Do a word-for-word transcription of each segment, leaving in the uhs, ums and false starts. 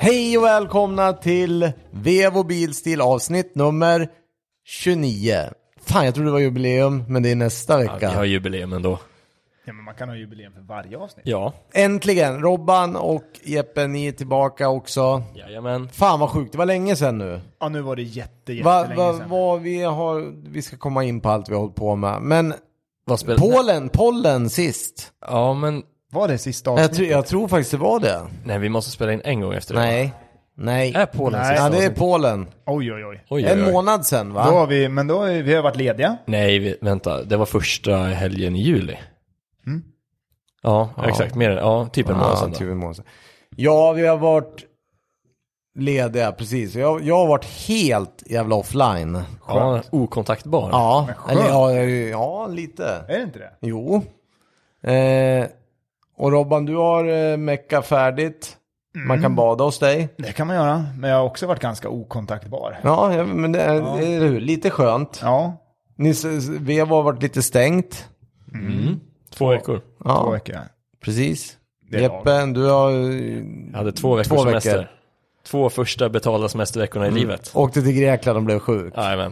Hej och välkomna till Vevo Bilstil avsnitt nummer tjugonio. Fan, jag tror det var jubileum, men det är nästa vecka. Ja, vi har jubileum ändå. Ja, men man kan ha jubileum för varje avsnitt. Ja. Äntligen, Robban och Jeppe, ni är tillbaka också. Jajamän. Fan vad sjukt, det var länge sedan nu. Ja, nu var det jätte, jätte va, länge va, sedan. vad vi, har, vi ska komma in på allt vi har hållit på med. Men Vad spel- Polen, pollen sist. Ja, men Var det sista Jag, avsnittet? tr- jag tror faktiskt det var det. nej, vi måste spela in en gång efter det. Nej, nej. Är Polen Nej. sista Ja, det är avsnitt? Polen. Oj, oj, oj. Oj, oj, En oj. månad sedan, va? Då har vi, men då är, vi har varit lediga. Nej, vi, vänta. Det var första helgen i juli. Mm. Ja, Ja. exakt. Mer, ja, typ en månad Ja, sedan då. typ en månad sedan. Ja, vi har varit lediga, precis. Jag, jag har varit helt jävla offline. Ja, okontaktbar. Ja, Men skönt. eller, ja, ja, lite. Är det inte det? Jo. Eh, och Robban, du har eh, mecka färdigt. Man kan bada hos dig. Det kan man göra. Men jag har också varit ganska okontaktbar. Ja, ja, men det är, Ja. det är lite skönt. Ja, Ni, Vevo har varit lite stängt. Mm. Två veckor. två Ja, veckor. precis. Det är Jeppe, du har Jag hade två veckors Två veckor. semester. Två första betalda semesterveckorna i livet. åkte till Grekland och blev sjuk. Jajamän.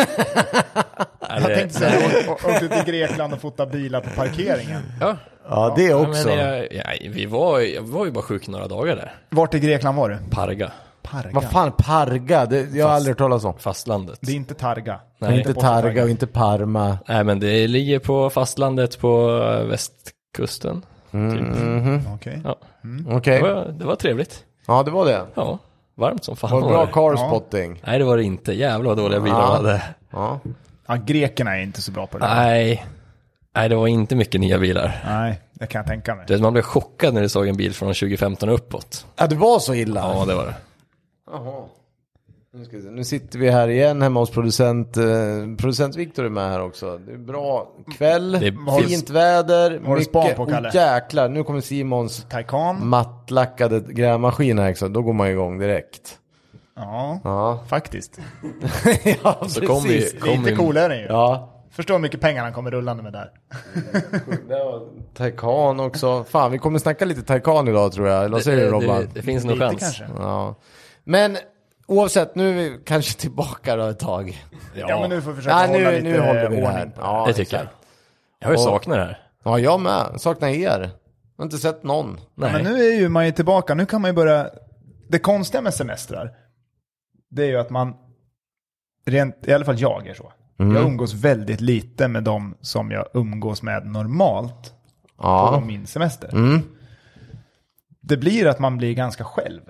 Jag tänkte säga att jag åkte till Grekland och fota bilar på parkeringen. Ja, Ja, det ja också. men jag, ja, vi var, jag var ju bara sjuk några dagar där. Vart i Grekland var du? Parga, Parga. Vad fan, Parga? Det, jag har aldrig hört talas om. fastlandet. Det är inte Targa. Nej. Inte Targa och inte Parma. Nej, men det ligger på fastlandet på västkusten. Mhm. Okej. Ja. Okej. Det, var, det var trevligt. Ja, det var det. Ja, varmt som fan Var det bra det. carspotting? Nej, det var det inte. Jävlar vad dåliga bilar Ja. de hade. Ja. Ja, grekerna är inte så bra på det. Nej. Nej, det var inte mycket nya bilar. Nej, det kan jag tänka mig. Du vet, man blev chockad när du såg en bil från tjugo femton och uppåt. Ja, det var så illa. Ja, det var det. Jaha. Nu, ska vi se. Nu sitter vi här igen hemma hos producent eh, producent Viktor är med här också. Det är bra kväll, Det är- fint väder, har du span på, oh, Kalle? jäklar, nu kommer Simons Taycan. mattlackade grävmaskin här också. Då går man igång direkt. Ja, Ja, faktiskt. ja Så kom vi, precis. kom Lite vi, coolare är den ju. Ja, Förstår hur mycket pengar han kommer rullande med där. det var Taycan också. Fan, vi kommer snacka lite Taycan idag tror jag. Eller vad säger du, det, Robban? det, det finns nog Lite chans. kanske. Ja. Men oavsett, nu är vi kanske tillbaka då ett tag. Ja, Ja, men nu får vi försöka Ja, hålla nu, lite nu håller vi det ordning här. på Ja, det tycker jag. exakt. Jag har ju Och- saknat det här. Ja, jag med. Saknar er. Jag har inte sett någon. Nej. Men nu är ju man ju tillbaka. Nu kan man ju börja... Det konstiga med semestrar, det är ju att man, rent, i alla fall jag är så. Mm. Jag umgås väldigt lite med dem som jag umgås med normalt på Ja. min semester. Mm. Det blir att man blir ganska själv.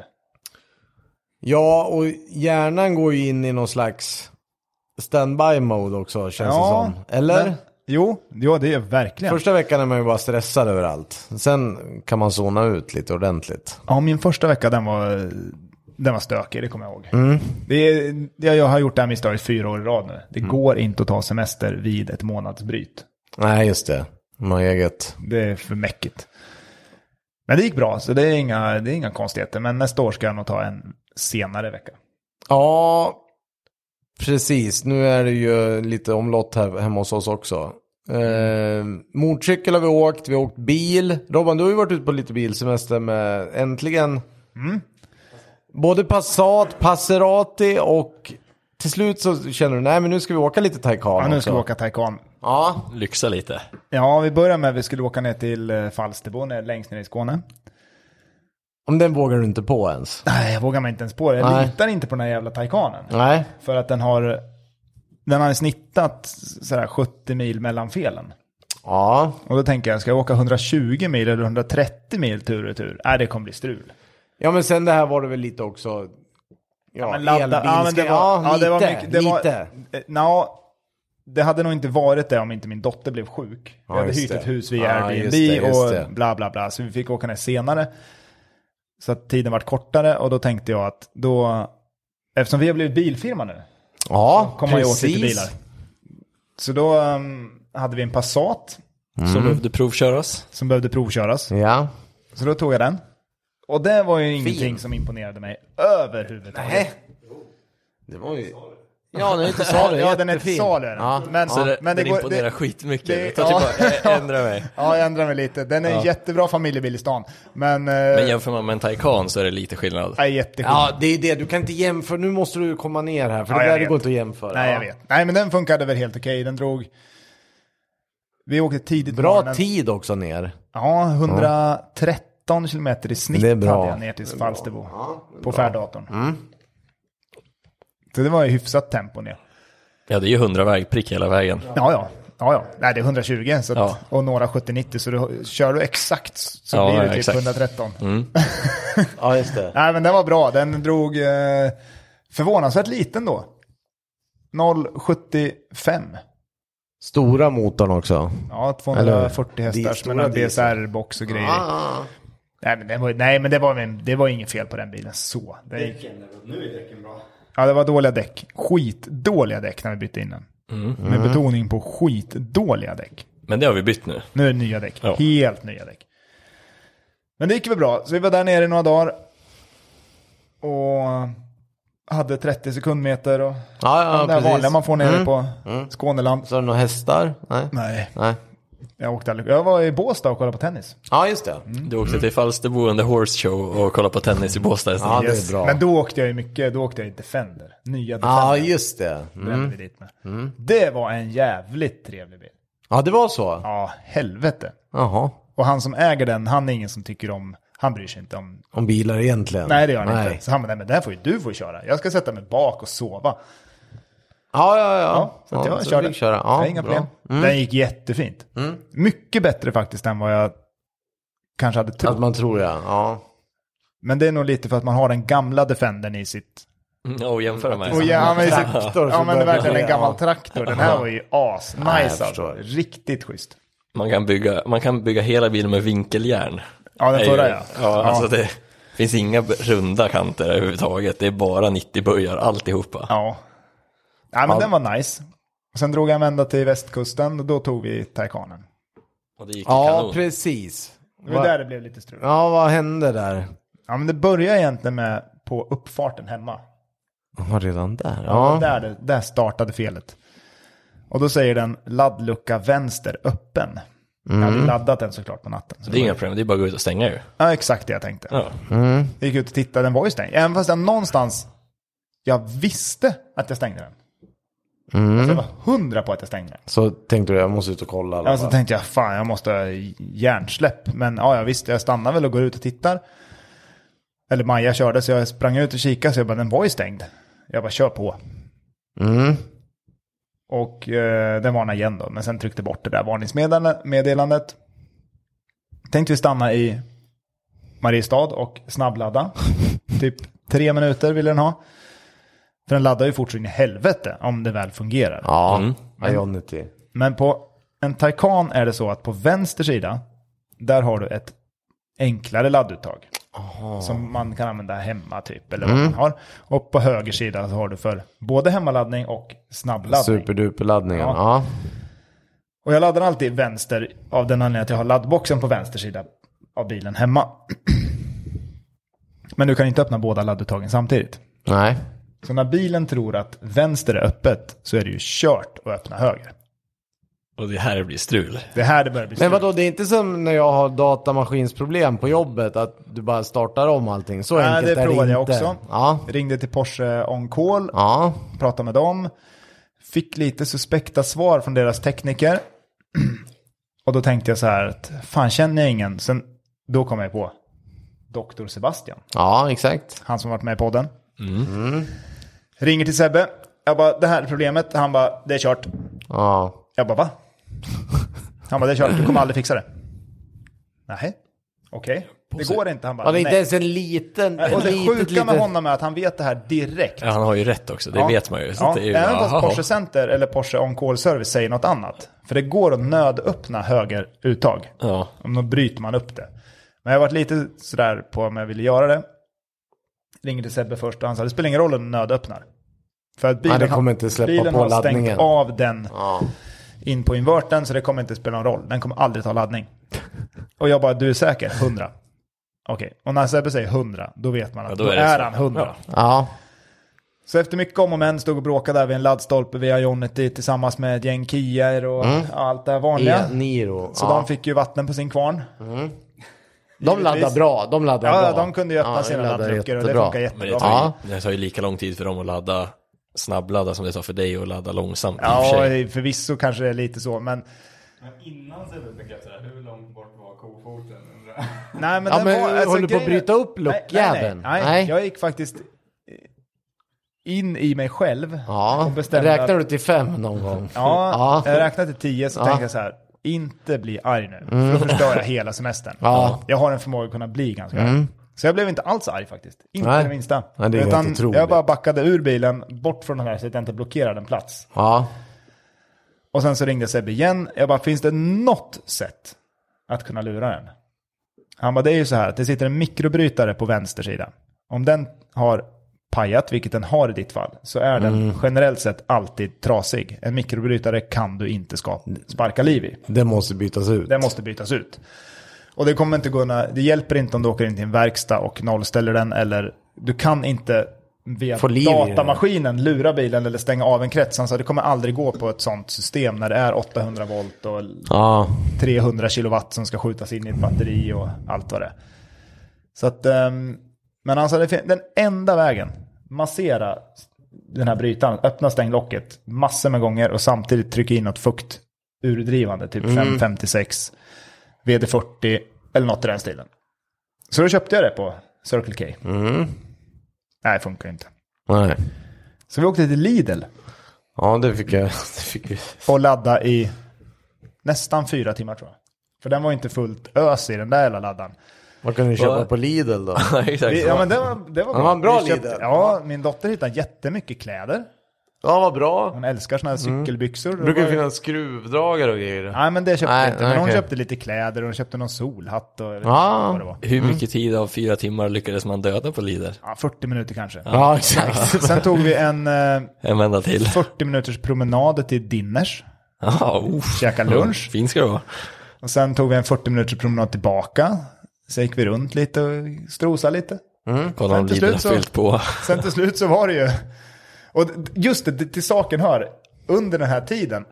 Ja, och hjärnan går ju in i någon slags standby mode också, känns det som. Eller? Men, jo, jo, det är verkligen. Första veckan är man ju bara stressad överallt. Sen kan man zona ut lite ordentligt. Ja, min första vecka den var, den var stökig, det kommer jag ihåg. Mm. Det är, det, jag har gjort det här misstaget fyra år i rad nu. Det går inte att ta semester vid ett månadsbryt. Nej, just det. Man har eget. Det är för mäckigt. Men det gick bra, så det är inga, det är inga konstigheter. Men nästa år ska jag nog ta en senare vecka. Ja, precis. Nu är det ju lite omlott här hemma hos oss också. Eh, motorcykel har vi åkt, vi har åkt bil. Robban, du har ju varit ute på lite bilsemester med äntligen Mm. både Passat, Passerati och till slut så känner du, nej men nu ska vi åka lite Taycan Ja, nu också. ska vi åka Taycan. Ja, Lyxa lite. Ja, vi börjar med att vi skulle åka ner till eh, Falsterbo, ner- längst ner i Skåne. om den vågar du inte på ens. Nej, jag vågar mig inte ens på det. Jag Nej. litar inte på den här jävla Taycanen. Nej. För att den har, den har snittat sådär sjuttio mil mellan felen. Ja, Och då tänker jag, ska jag åka hundratjugo mil eller hundratrettio mil tur och retur? Nej, det kommer bli strul. ja men sen det här var det väl lite också. Ja, Men ladda, elbil ja, men det ska- var, ja, ja, lite, det var mycket, det lite. Var, eh, nå, det hade nog inte varit det om inte min dotter blev sjuk. Ja, Jag hade just hyrt det. ett hus via Ja, Airbnb just det, just det. och bla bla bla. Så vi fick åka ner senare. Så att tiden var kortare och då tänkte jag att då, eftersom vi har blivit bilfirma nu, Ja, kommer man ju åka precis. lite bilar. Så då um, hade vi en Passat Mm. Som behövde provköras. som behövde provköras. Ja. Så då tog jag den. Och det var ju ingenting Fin. som imponerade mig överhuvudtaget. Nej. Det var ju Ja, den är inte salu. Ja, den är inte salu. Ja. Men, Så det, men det den går, imponerar det, skitmycket. det- Jag tar ja. tillbaka, jag ändrar mig. Ja, jag ändrar mig lite. Den är en Ja. jättebra familjebil i stan. Men, eh, Men jämför man med en Taycan så är det lite skillnad. är jätteskillnad. Ja, det är det. Du kan inte jämföra. Nu måste du komma ner här. För Ja, det jag där vet. går inte att jämföra. Nej, jag vet. Nej, men den funkade väl helt okej. Den drog... Vi åkte tidigt på Bra morgonen. tid också ner. Ja, hundratretton kilometer i snitt Det är bra. hade jag ner till Falsterbo. På färddatorn. Så det var ju hyfsat tempo ner. Ja, det är ju hundra vägprick hela vägen. Ja, ja. Ja, ja. Nej, det är hundratjugo så att, Ja. och några sjuttio nittio. Så du, kör du exakt så Ja, blir det ja, typ exakt. hundratretton. Ja, just det. Nej, men den var bra. Den drog eh, förvånansvärt liten då. noll komma sjuttiofem. Stora motorn också. Ja, tvåhundrafyrtio Eller, hästar stora med en D S diesel. R-box och grejer. Ah. Nej, men det var, nej, men det var, det var inget fel på den bilen. Så. Det gick, Nu är däcken bra. ja, det var dåliga däck. Skitdåliga däck när vi bytte in den. Med betoning på skitdåliga däck. Men det har vi bytt nu. Nu är det nya däck. Ja. Helt nya däck. Men det gick väl bra. Så vi var där nere i några dagar. Och hade trettio sekundmeter. Och Ja, ja, det där precis. vanliga man får nere Mm. på Skåneland. Så har du några hästar? Nej. Nej, Nej. jag åkte aldrig. Jag var i Båstad och kollade på tennis. Ja, just det. Du åkte till Falsterbo under Horse Show och kollade på tennis i Båstad. Ja, det är Yes. bra. Men då åkte jag ju mycket. Då åkte jag i Defender. Nya Defender. Ja, just det. brände Mm. vi dit med. Det var en jävligt trevlig bil. Ja, det var så. Ja, helvete. Jaha. Och han som äger den, han är ingen som tycker om, han bryr sig inte om. Om bilar egentligen. Nej, det gör han Nej. inte. Så han bara, nej men det här får ju du får köra. Jag ska sätta mig bak och sova. Ja, ja, ja. Ja, så att ja, jag så körde. fick köra. Det Ja, är inga bra. Mm. problem. Den gick jättefint. Mycket bättre faktiskt än vad jag kanske hade trott. Att man tror ja. Ja. Men det är nog lite för att man har den gamla Defendern i sitt... Ja, och jämföra med. Och ja, men, i sitt Traktor, ja, så men det är börjar verkligen det- en gammal ja. traktor. Den här var ju as. Ja, jag Nice alltså. förstår. Riktigt schysst. Man kan bygga, man kan bygga hela bilen med vinkeljärn. Ja, den Det är förra ju- ja. Ja, alltså det finns inga runda kanter överhuvudtaget. Det är bara nittio böjar alltihopa. Ja. Ja, men den var nice. Sen drog jag en vända till västkusten och då tog vi Taycanen. Och det gick Ja, kanon. precis. Det var Va- där det blev lite strul. Ja, vad hände där? Ja, men det började egentligen med på uppfarten hemma. Ja, redan där. Ja. Ja. Där, det- där startade felet. Och då säger den laddlucka vänster öppen. Jag hade ju laddat den såklart på natten. Så Det är inga problem, det är bara att gå ut och stänga ju. Ja, exakt det jag tänkte. Ja. Jag gick ut och tittade, den var ju stängd. Även fast jag någonstans, jag visste att jag stängde den. Alltså jag var hundra på att jag stängde den. Så tänkte du, jag måste ut och kolla i alla Ja, så fall. tänkte jag, fan jag måste ha hjärnsläpp. Men ja, jag visste, jag stannar väl och går ut och tittar. Eller Maja körde, så jag sprang ut och kikade, så jag bara, den var ju stängd. Jag bara, kör på. Mm. Och eh, den varnade igen då, men sen tryckte bort det där varningsmeddelandet. Tänkte vi stanna i Mariestad och snabbladda. Typ tre minuter ville den ha. För den laddar ju fort så in i helvete om det väl fungerar. Ja, Mm. Ionity. Men på en Taycan är det så att på vänster sida, där har du ett enklare ladduttag. Som man kan använda hemma typ, eller vad man har. Och på höger sida så har du för både hemmaladdning och snabbladdning. Superduperladdningen. Ja. Ja. Och jag laddar alltid vänster av den anledningen att jag har laddboxen på vänster sida av bilen hemma. Men du kan inte öppna båda ladduttagen samtidigt. Nej. Så när bilen tror att vänster är öppet så är det ju kört att öppna höger. Och det här blir strul. Det här det börjar bli Men strul. vadå, det är inte som när jag har datamaskinsproblem på jobbet att du bara startar om allting. Så Nej, enkelt det är det provade inte. jag också. Ja. Ringde till Porsche On Call, Ja. pratade med dem. Fick lite suspekta svar från deras tekniker. Och då tänkte jag så här att fan, känner jag ingen? Sen då kom jag på doktor Sebastian. Ja, exakt. Han som varit med i podden. Ringer till Sebbe. Jag bara, det här är problemet. Han bara, det är kört. Ja. Jag bara, va? Han bara, det är kört. Du kommer aldrig fixa det. Nej, okej. Det går inte. Han bara, Ja, det är inte nej. ens en liten... Och det litet, sjuka med litet- honom är att han vet det här direkt. Ja, han har ju rätt också, det Ja. vet man ju. Så Ja, det är ju även fast jaha. Porsche Center eller Porsche On Call Service säger något annat. För det går att nödöppna höger uttag. Ja. Om då bryter man upp det. Men jag har varit lite sådär på om jag ville göra det. Ringer till Sebbe först och han sa, det spelar ingen roll om du nödöppnar. För att bilen, Nej, det kommer inte släppa bilen på har laddningen. stängt av den Ja. in på invertern, så det kommer inte spela någon roll. Den kommer aldrig ta laddning. Och jag bara, du är säker? hundra. Okej, och när Sebbe säger hundra, då vet man att Ja, då, då är det är så. han hundra. Ja. Ja. Så efter mycket om och men stod och bråkade där vid en laddstolpe via Ionity tillsammans med ett gäng Kiaer och mm. allt det här vanliga. E-Niro. Så ja. De fick ju vatten på sin kvarn. Mm. De laddar bra, de laddar ja, bra. Ja, de kunde ju öppna ja, sina laddluckor och det funkar jättebra. Men det tar, ju, ja. det tar ju lika lång tid för dem att ladda snabbladda som det tar för dig att ladda långsamt. Ja, för förvisso kanske det är lite så, men... Men innan så bekräftade det, hur långt bort var kofoten? Nej, men ja, den men var... Alltså, håller du på att bryta upp luckjäveln? Nej, nej, nej, nej, jag gick faktiskt in i mig själv ja. och bestämde... Räknar du till fem någon gång? Ja, ja. Jag räknade till tio så ja. tänkte jag så här... Inte bli arg nu, mm. för då förstör jag hela semestern. Ja. Jag har en förmåga att kunna bli ganska mm. arg. Så jag blev inte alls arg faktiskt. Inte Nej. det minsta. Nej, det är Utan jag bara backade ur bilen, bort från den här så att jag inte blockerade en plats. Ja. Och sen så ringde Sebbe igen. Jag bara, finns det något sätt att kunna lura den? Han bara, det är ju så här att det sitter en mikrobrytare på vänster sida. Om den har pajat, vilket den har i ditt fall, så är den mm. generellt sett alltid trasig. En mikrobrytare kan du inte skapa, sparka liv i. Det måste bytas ut. Det måste bytas ut. Och det kommer inte gå, det hjälper inte om du åker in till en verkstad och nollställer den, eller du kan inte via datamaskinen lura bilen eller stänga av en krets. Så det kommer aldrig gå på ett sånt system när det är åttahundra volt och ah. trehundra kilowatt som ska skjutas in i ett batteri och allt vad det är. Så att, um, men alltså det, den enda vägen, massera den här brytaren, öppna stänglocket massor med gånger och samtidigt trycka in något fukt urdrivande, typ mm. fem femtiosex V D fyrtio eller något i den stilen. Så då köpte jag det på Circle K. Mm. Nej, det funkar inte. Nej. Så vi åkte till Lidl. Ja, det fick jag. Det fick vi. Och ladda i nästan fyra timmar tror jag. För den var inte fullt ös i den där hela laddan. Vad kan ni köpa Va? på Lidl då? vi, ja, men det var, det var, det var en bra Lidl. Köpte, ja, min dotter hittade jättemycket kläder. Ja, vad bra. Hon älskar såna här cykelbyxor. Mm. Brukar det finnas skruvdragare och grejer? Nej, men det köpte nej, inte. Men okay. Hon köpte lite kläder och hon köpte någon solhatt. Och ah. vad det var. Hur mycket tid av fyra timmar lyckades man döda på Lidl? Ja, fyrtio minuter kanske. Ja, ja exakt. Sen tog vi en, en vända till. fyrtio minuters promenad till Dinners. Ja, käka lunch. Fin ska det vara. Och sen tog vi en fyrtio minuters promenad tillbaka. Så gick vi runt lite och strosade lite. Mm. Kolla om Lidl har fyllt på. Sen till slut så var det ju... Och just det, till saken hör, under den här tiden,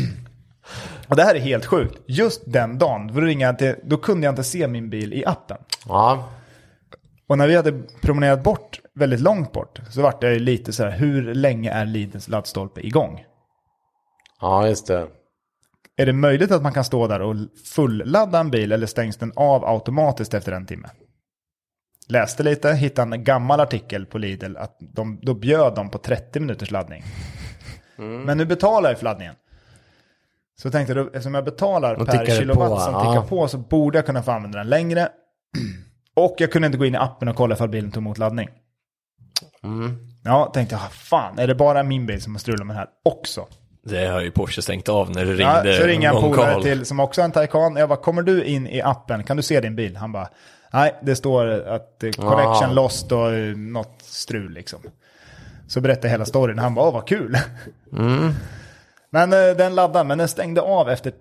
och det här är helt sjukt, just den dagen, då, ringade jag till, då kunde jag inte se min bil i appen. Ja. Och när vi hade promenerat bort, väldigt långt bort, så var det lite så här, hur länge är Lidls laddstolpe igång? Ja, just det. Är det möjligt att man kan stå där och fulladda en bil, eller stängs den av automatiskt efter en timme? Läste lite, hittade en gammal artikel på Lidl att de, då bjöd de på trettio minuters laddning. Mm. Men nu betalar jag för laddningen. Så tänkte jag, eftersom jag betalar och per kilowatt på, som ja. tickar på, så borde jag kunna få använda den längre. Och jag kunde inte gå in i appen och kolla ifall bilen tog emot laddning. Mm. Ja, tänkte jag, fan, är det bara min bil som har strulat med det här också? Det har ju Porsche stängt av när du ringde. Ja, så ringer jag en polare till som också är en Taycan. Jag bara, kommer du in i appen? Kan du se din bil? Han bara, nej, det står att connection ah. lost och något strul liksom. Så berättade jag hela storyn. Han bara, åh vad kul. Mm. Men uh, den laddade, men den stängde av efter...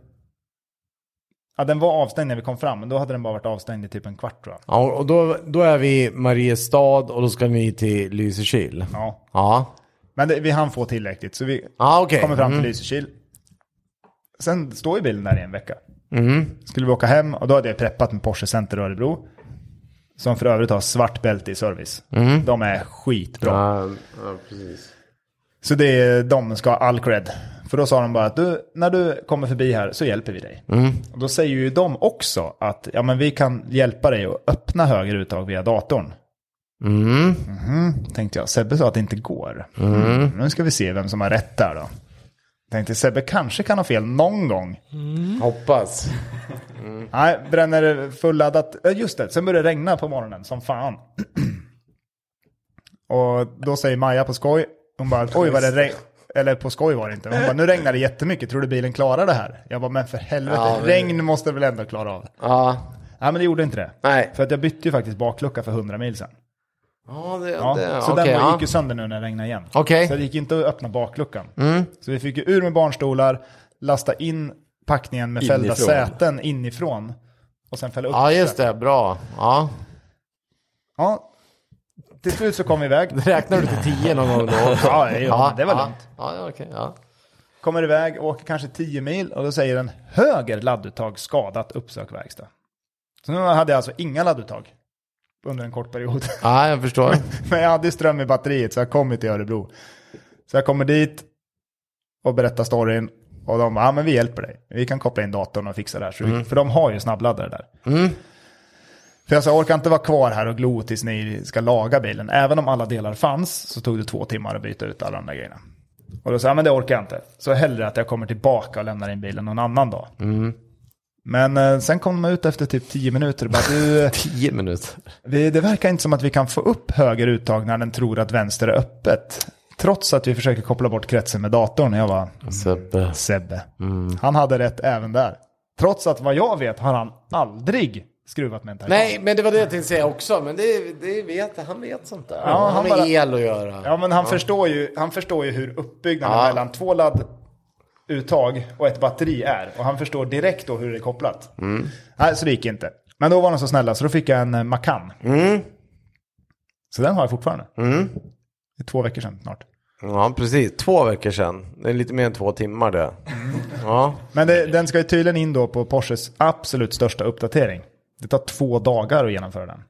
Ja, den var avstängd när vi kom fram, men då hade den bara varit avstängd i typ en kvart tror jag. Ja, och då, då är vi i Mariestad och då ska vi till Lysekil. Ja. Ja. Men det, vi hann få tillräckligt, så vi ah, okay. kommer fram till mm. Lysekil. Sen står ju bilen där i en vecka. Mm. Skulle vi åka hem, och då hade jag preppat med Porsche Center i Örebro. Som för övrigt har svart bälte i service. Mm. De är skitbra. Ja, ja, precis. Så det är, de ska ha all cred. För då sa de bara att du, när du kommer förbi här så hjälper vi dig. Mm. Och då säger ju de också att ja, men vi kan hjälpa dig att öppna höger uttag via datorn. Mm. Mm-hmm. Tänkte jag. Sebbe sa att det inte går. Mm. Mm. Nu ska vi se vem som har rätt där då. Tänkte Sebbe kanske kan ha fel någon gång. Mm. Hoppas. Mm. Nej, bränner fulladdat. Just det, sen börjar det regna på morgonen som fan. Och då säger Maja på skoj. Hon bara, oj vad det regn. Eller på skoj var det inte. Hon bara, nu regnar det jättemycket. Tror du bilen klarar det här? Jag bara, men för helvete. Ja, men... Regn måste väl ändå klara av. Ja. Nej, men det gjorde inte det. Nej. För att jag bytte ju faktiskt baklucka för hundra mil sedan. Ja, det, ja, det, så okay, den ja. gick ju sönder nu när det regnade igen. Okay. Så det gick inte att öppna bakluckan. Mm. Så vi fick ju ur med barnstolar, lasta in packningen med fällda inifrån. säten inifrån. Och sen fälla upp. Ja, just det. Bra. Ja. Ja. till slut så kom vi iväg. Räknar du till tio någon gång då? Ja, ja, det var ja, lugnt. Ja, ja, okej. Ja. Kommer iväg, åker kanske tio mil och då säger en höger ladduttag skadat uppsök verkstad. Så nu hade jag alltså inga ladduttag under en kort period. Ja, jag förstår. Men jag hade ström i batteriet så jag kom till Örebro. Så jag kommer dit och berättar storyn. Och de bara, ja men vi hjälper dig. Vi kan koppla in datorn och fixa det här. Så vi, Mm. För de har ju snabbladdare där. Mm. För jag sa, jag orkar inte vara kvar här och glo tills ni ska laga bilen. Även om alla delar fanns så tog det två timmar att byta ut alla de där grejerna. Och då sa jag, men det orkar jag inte. Så hellre att jag kommer tillbaka och lämnar in bilen någon annan dag. Mm. Men eh, sen kom de ut efter typ tio minuter och bara, du, Tio minuter. vi, det verkar inte som att vi kan få upp höger uttag när den tror att vänster är öppet. Trots att vi försöker koppla bort kretsen med datorn. Jag var Sebbe. Sebbe. Mm. Han hade rätt även där. Trots att vad jag vet har han aldrig skruvat med en Taycan. Nej, men det var det jag tänkte säga också. Men det, det vet han vet sånt där. Ja, han han har med bara- el att göra. Ja, men han, Förstår ju, han förstår ju hur uppbyggnaden Ja. mellan två ladduttag och ett batteri är. Och han förstår direkt då hur det är kopplat. Mm. Nej, så det gick inte. Men då var de så snälla så då fick jag en eh, Macan. Mm. Så den har jag fortfarande. Mm. Det är två veckor sedan snart. Ja, precis. Två veckor sedan. Det är lite mer än två timmar det. Ja. Men det, den ska ju tydligen in då på Porsches absolut största uppdatering. Det tar två dagar att genomföra den.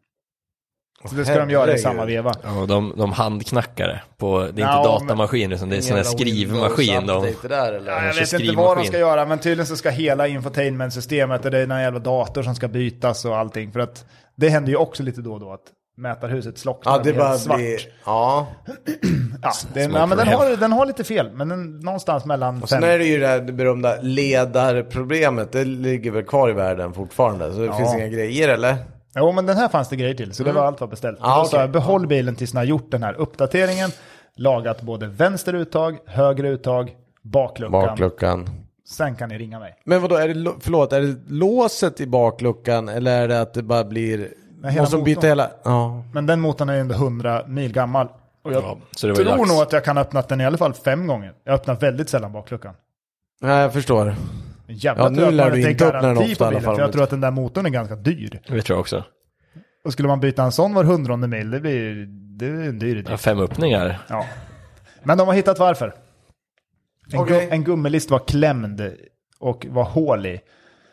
Så det ska de göra i herregud. samma veva. Ja, de, de handknackare på, det är inte Ja, datamaskiner utan det är en sån här skrivmaskin. De, Windows-update där, eller? Ja, jag kör vet inte vad de skrivmaskin. ska göra, men tydligen så ska hela infotainmentsystemet och det är en jävla dator som ska bytas och allting. För att det händer ju också lite då och då att mätarhuset slocknar Ja, det och blir bara helt svart. blir... Ja. Ja, det, Små ja, men den problem. har, den har lite fel, men den, någonstans mellan Och sen fem... är det ju det här berömda ledarproblemet. Det ligger väl kvar i världen fortfarande. Så det Ja. finns inga grejer, eller? Jo, men den här fanns det grejer till, så det var allt var beställt. Ja, Då sa okej. jag, behåll bilen tills ni har gjort den här uppdateringen, lagat både vänster uttag, höger uttag, bakluckan. Bakluckan. Sen kan ni ringa mig. Men vadå, är det, lo- förlåt, är det låset i bakluckan eller är det att det bara blir... Nej, hela måste de byta motorn. hela... Ja. Men den motorn är ju ändå hundra mil gammal. Och jag Ja, så det var ju tror dags. nog att jag kan ha öppnat den i alla fall fem gånger. Jag öppnar väldigt sällan bakluckan. Nej, jag förstår. Jävlar, Ja, tror nu jag lär att du det är inte öppna den garanti ofta på i alla bilen, fall, för jag om tror att den där motorn är ganska dyr. det tror jag också. Och skulle man byta en sån var hundronde mil, det blir det är en dyr idé. Ja, fem öppningar. Ja. Men de har hittat varför. En, Okej. gu- en gummilist var klämd och var hål i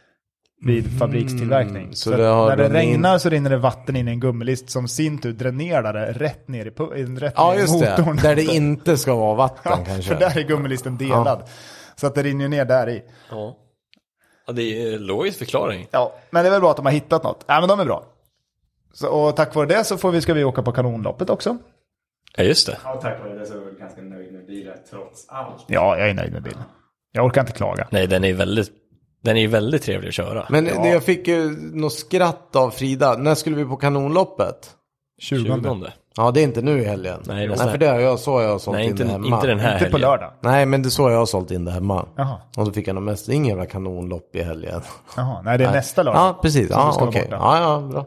vid fabrikstillverkning. så Så, det har när det de in- regnar så rinner det vatten in i en gummilist som sin tur dränerar det rätt ner i, pu- in- rätt Ja, ner i just det. motorn. Där det inte ska vara vatten Ja, kanske. för där är gummilisten delad. Så att det rinner ju ner där i. Ja. Ja, det är en logisk förklaring. Ja, men det är väl bra att de har hittat något. Ja, men de är bra. Så, och tack vare det så får vi, ska vi åka på kanonloppet också. Ja, just det. Ja, tack vare det så är jag ganska nöjd med bilen trots allt. Ja, jag är nöjd med bilen. Jag orkar inte klaga. Nej, den är väldigt, den är ju väldigt trevlig att köra. Men det, jag fick ju något skratt av Frida. När skulle vi på kanonloppet? tjugonde. tjugonde. Ja, det är inte nu i helgen. Nej, det är Nej så. för det har jag, så har jag sålt Nej, in inte, det hemma. inte den här Inte på helgen. lördag. Nej, men det är så jag har sålt in det hemma. Jaha. Och då fick jag nog mest, ingen jävla kanonlopp i helgen. Jaha, nej det är nästa lördag. Ja, precis. Som du Ja, ska vara okej. borta. Ja, ja, bra.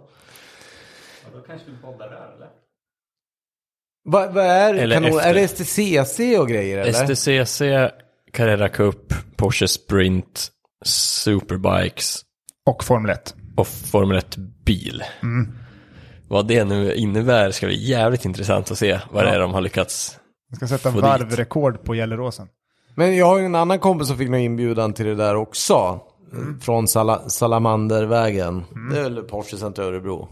Ja, då kanske vi poddar där eller? Vad vad är Eller kanon? efter. Är det S T C C och grejer eller? S T C C, Carrera Cup, Porsche Sprint, Superbikes Och Formel ett. och Formel ett-bil. Mm. Vad det nu innebär ska bli jävligt intressant att se vad det är de har lyckats. Jag ska sätta Få varvrekord på Gelleråsen. Men jag har ju en annan kompis som fick någon inbjudan till det där också. Mm. Från Sala- Salamandervägen. Det är väl Porsche center Örebro.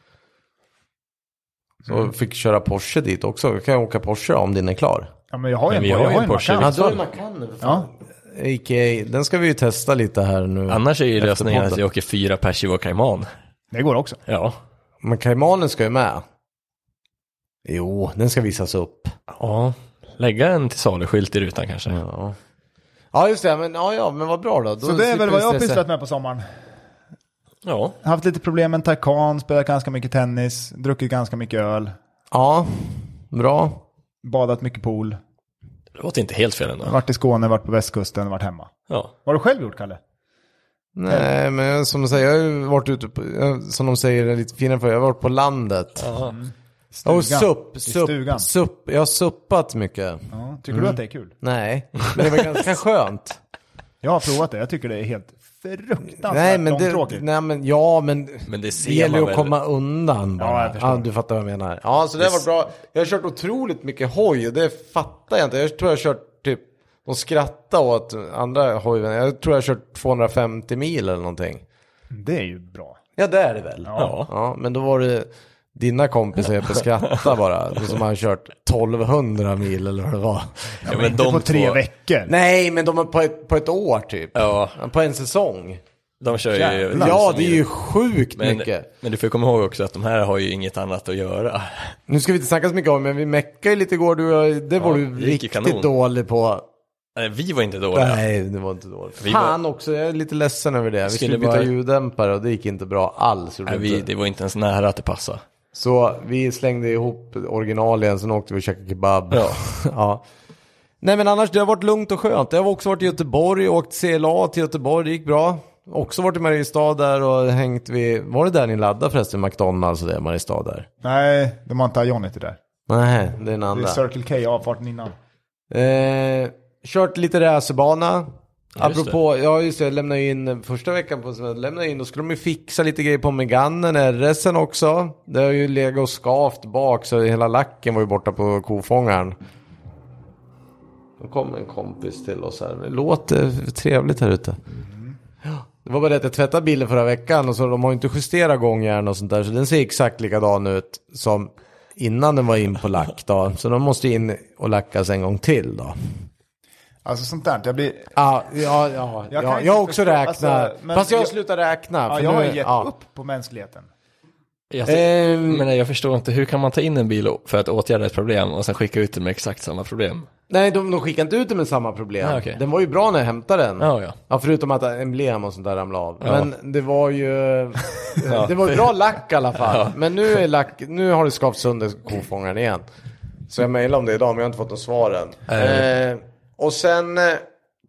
Så Mm. fick köra Porsche dit också. Jag kan åka Porsche om din är klar. Ja, men jag har ju Men en, vi har jag ju har en en Porsche. Macan. Ja, så- då är Macan. Ja. A K A, den ska vi ju testa lite här nu. Annars är ju efter lösningen podden. att jag åker fyra pers i vår Cayman. Det går också. Ja. Men Caymanen ska ju med. Jo, den ska visas upp. Ja. Lägga en till saluskylt i rutan kanske. Ja. Ja, just det. Men, ja, ja, men vad bra då. då Så det är slipper väl vi vad jag har stressa. pysslat med på sommaren. Ja. Haft lite problem med en Taycan, spelat ganska mycket tennis, druckit ganska mycket öl, Ja, bra. badat mycket pool, Det låter inte helt fel ändå. varit i Skåne, varit på västkusten, varit hemma. Ja. Vad har du själv gjort, Kalle? Nej, men som de säger, jag har ju varit ute på, jag- som de säger är lite finare för, jag har varit på landet. Ja. Och Stugan. supp, I supp, stugan. supp, jag har suppat mycket. Ja, tycker du att det är kul? Nej, men det var ganska skönt. Jag har provat det, jag tycker det är helt fruktansvärt Nej, men det, långtråkigt. nej, men ja, men, Men det ser det gäller man ju att väl. komma undan bara. Ja, Ja, jag förstår. du fattar vad jag menar. Ja, så det har varit bra. Jag har kört otroligt mycket hoj och det fattar jag inte. Jag tror jag har kört typ, de skrattar åt andra hojvänner. Jag tror jag har kört tvåhundrafemtio mil eller någonting. Det är ju bra. Ja, det är det väl. Ja. Ja, men då var det dina kompisar på skratta bara. Som har kört tolvhundra mil eller vad det var. Ja, men inte de på tre två- veckor. Nej, men de är på ett, på ett år typ. Ja, På en säsong. de kör ju... Jävlar. Ja, tusen det är mil. ju sjukt Men, mycket. men du får komma ihåg också att de här har ju inget annat att göra. Nu ska vi inte snacka så mycket om, men vi meckade ju lite igår. Du, och jag- det var Ja, du det gick ju riktigt kanon. dålig på. Nej, vi var inte dåliga. Nej, det var inte dåligt. Vi Fan också, jag är lite ledsen över det. Vi Skulle skulle byta bara- ljuddämpare och det gick inte bra alls. Nej, vi, det var inte ens nära att det passade. Så vi slängde ihop originalen, sen åkte vi och käkade kebab. Ja. Ja. Nej, men annars det har varit lugnt och skönt. Jag har också varit i Göteborg, åkt C L A till Göteborg, det gick bra. Också varit i Mariestad där och hängt vid, var det där ni laddade förresten, McDonalds och det, Mariestad där? Nej, de har inte Ionic det där. Nej, det är en Det är andra. Circle K, avfarten innan. Eh, kört lite racerbana. Ja, just Apropå, ja just det, jag lämnade in första veckan på semester, lämnade in, då skulle de ju fixa lite grejer på Meganen, R S'en också. Det har ju legat och skavt bak så hela lacken var ju borta på kofångaren. Då kom en kompis till oss här, det låter trevligt här ute. Ja, det var bara det att jag tvättade bilen förra veckan och så de har ju inte justerat gångjärn och sånt där, så den ser exakt likadan ut som innan den var in på lack då. Så de måste in och lackas en gång till då. Alltså sånt där, jag blir... Ja, ja, ja. Jag Jag, kan jag, inte har också förstå- räknat. alltså, men Fast jag har jag- slutat räkna. Ja, för jag har nu- ju gett ja. upp på mänskligheten. Jag, Ehm. men jag förstår inte, hur kan man ta in en bil för att åtgärda ett problem och sen skicka ut den med exakt samma problem? Nej, de, de skickade inte ut det med samma problem. Ah, okej. Den var ju bra när jag hämtade den. Ja, ja. Ja, förutom att emblem och sånt där ramlade av. Ja. Men det var ju... Det var ju bra lack i alla fall. Men nu, är lack, nu har det skavt sönder kofångaren igen. Så jag mejlade om det idag, men jag har inte fått något svar än. Äh. Eh, och sen... Eh,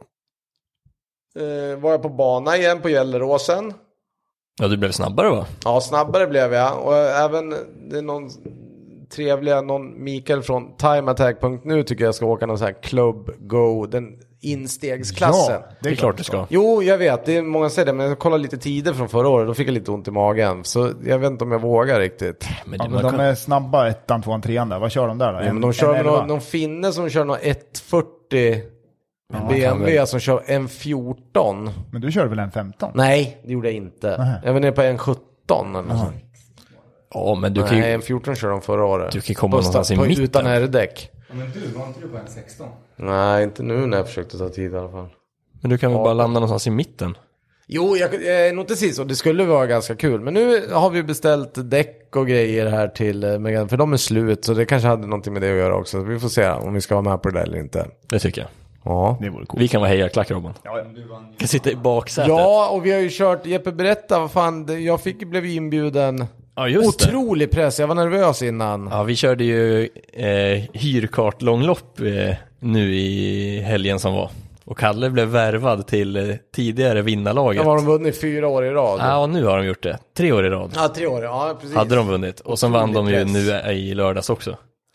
var jag på bana igen på Gelleråsen. Ja, du blev snabbare va? Ja, snabbare blev jag. Och även det är någon trevliga, någon Mikael från timeattack punkt nu tycker jag ska åka någon sån här Club Go, den instegsklassen. Ja, Det är klart du ska. Jo, jag vet, det är många säger det, men jag kollade lite tider från förra året, då fick jag lite ont i magen. Så jag vet inte om jag vågar riktigt. Men, Ja, det, men man de kan... är snabba, ettan, tvåan, trean där. Vad kör de där då? Ja, men de kör med elva? någon, någon finne som kör någon ett fyrtio B M W som kör en fjorton. Men du kör väl en femton? Nej, det gjorde jag inte. Nej. Jag var nere på en sjutton eller något sånt. Ja, men du kan Nej, ju... en fjorton kör de förra året. Du kan komma På någonstans i på, mitten. utan R-däck. Men du, var inte du på en sexton? Nej, inte nu när jag försökte ta tid i alla fall. Men du kan väl Ja. bara landa någonstans i mitten? Jo, jag, jag är nog inte precis så. Det skulle vara ganska kul. Men nu har vi beställt däck och grejer här till eh, Megane. För de är slut, så det kanske hade någonting med det att göra också. Vi får se om vi ska vara med på det eller inte. Det tycker jag. Ja. Det vore coolt. Vi kan vara hejarklack, Robban. Du vann ju. Kan sitta i baksätet. Ja, och vi har ju kört, Jeppe berätta, vad fan, det- jag fick, blev inbjuden. Ja, just det. Otrolig press, jag var nervös innan. Ja, vi körde ju eh, hyrkartlånglopp eh, nu i helgen som var. Och Kalle blev värvad till eh, tidigare vinnarlaget. De har de vunnit fyra år i rad. Ja, och nu har de gjort det. Tre år i rad Ja, tre år, ja precis. hade de vunnit. Och sen vann de ju Otrolig press. nu i lördags också.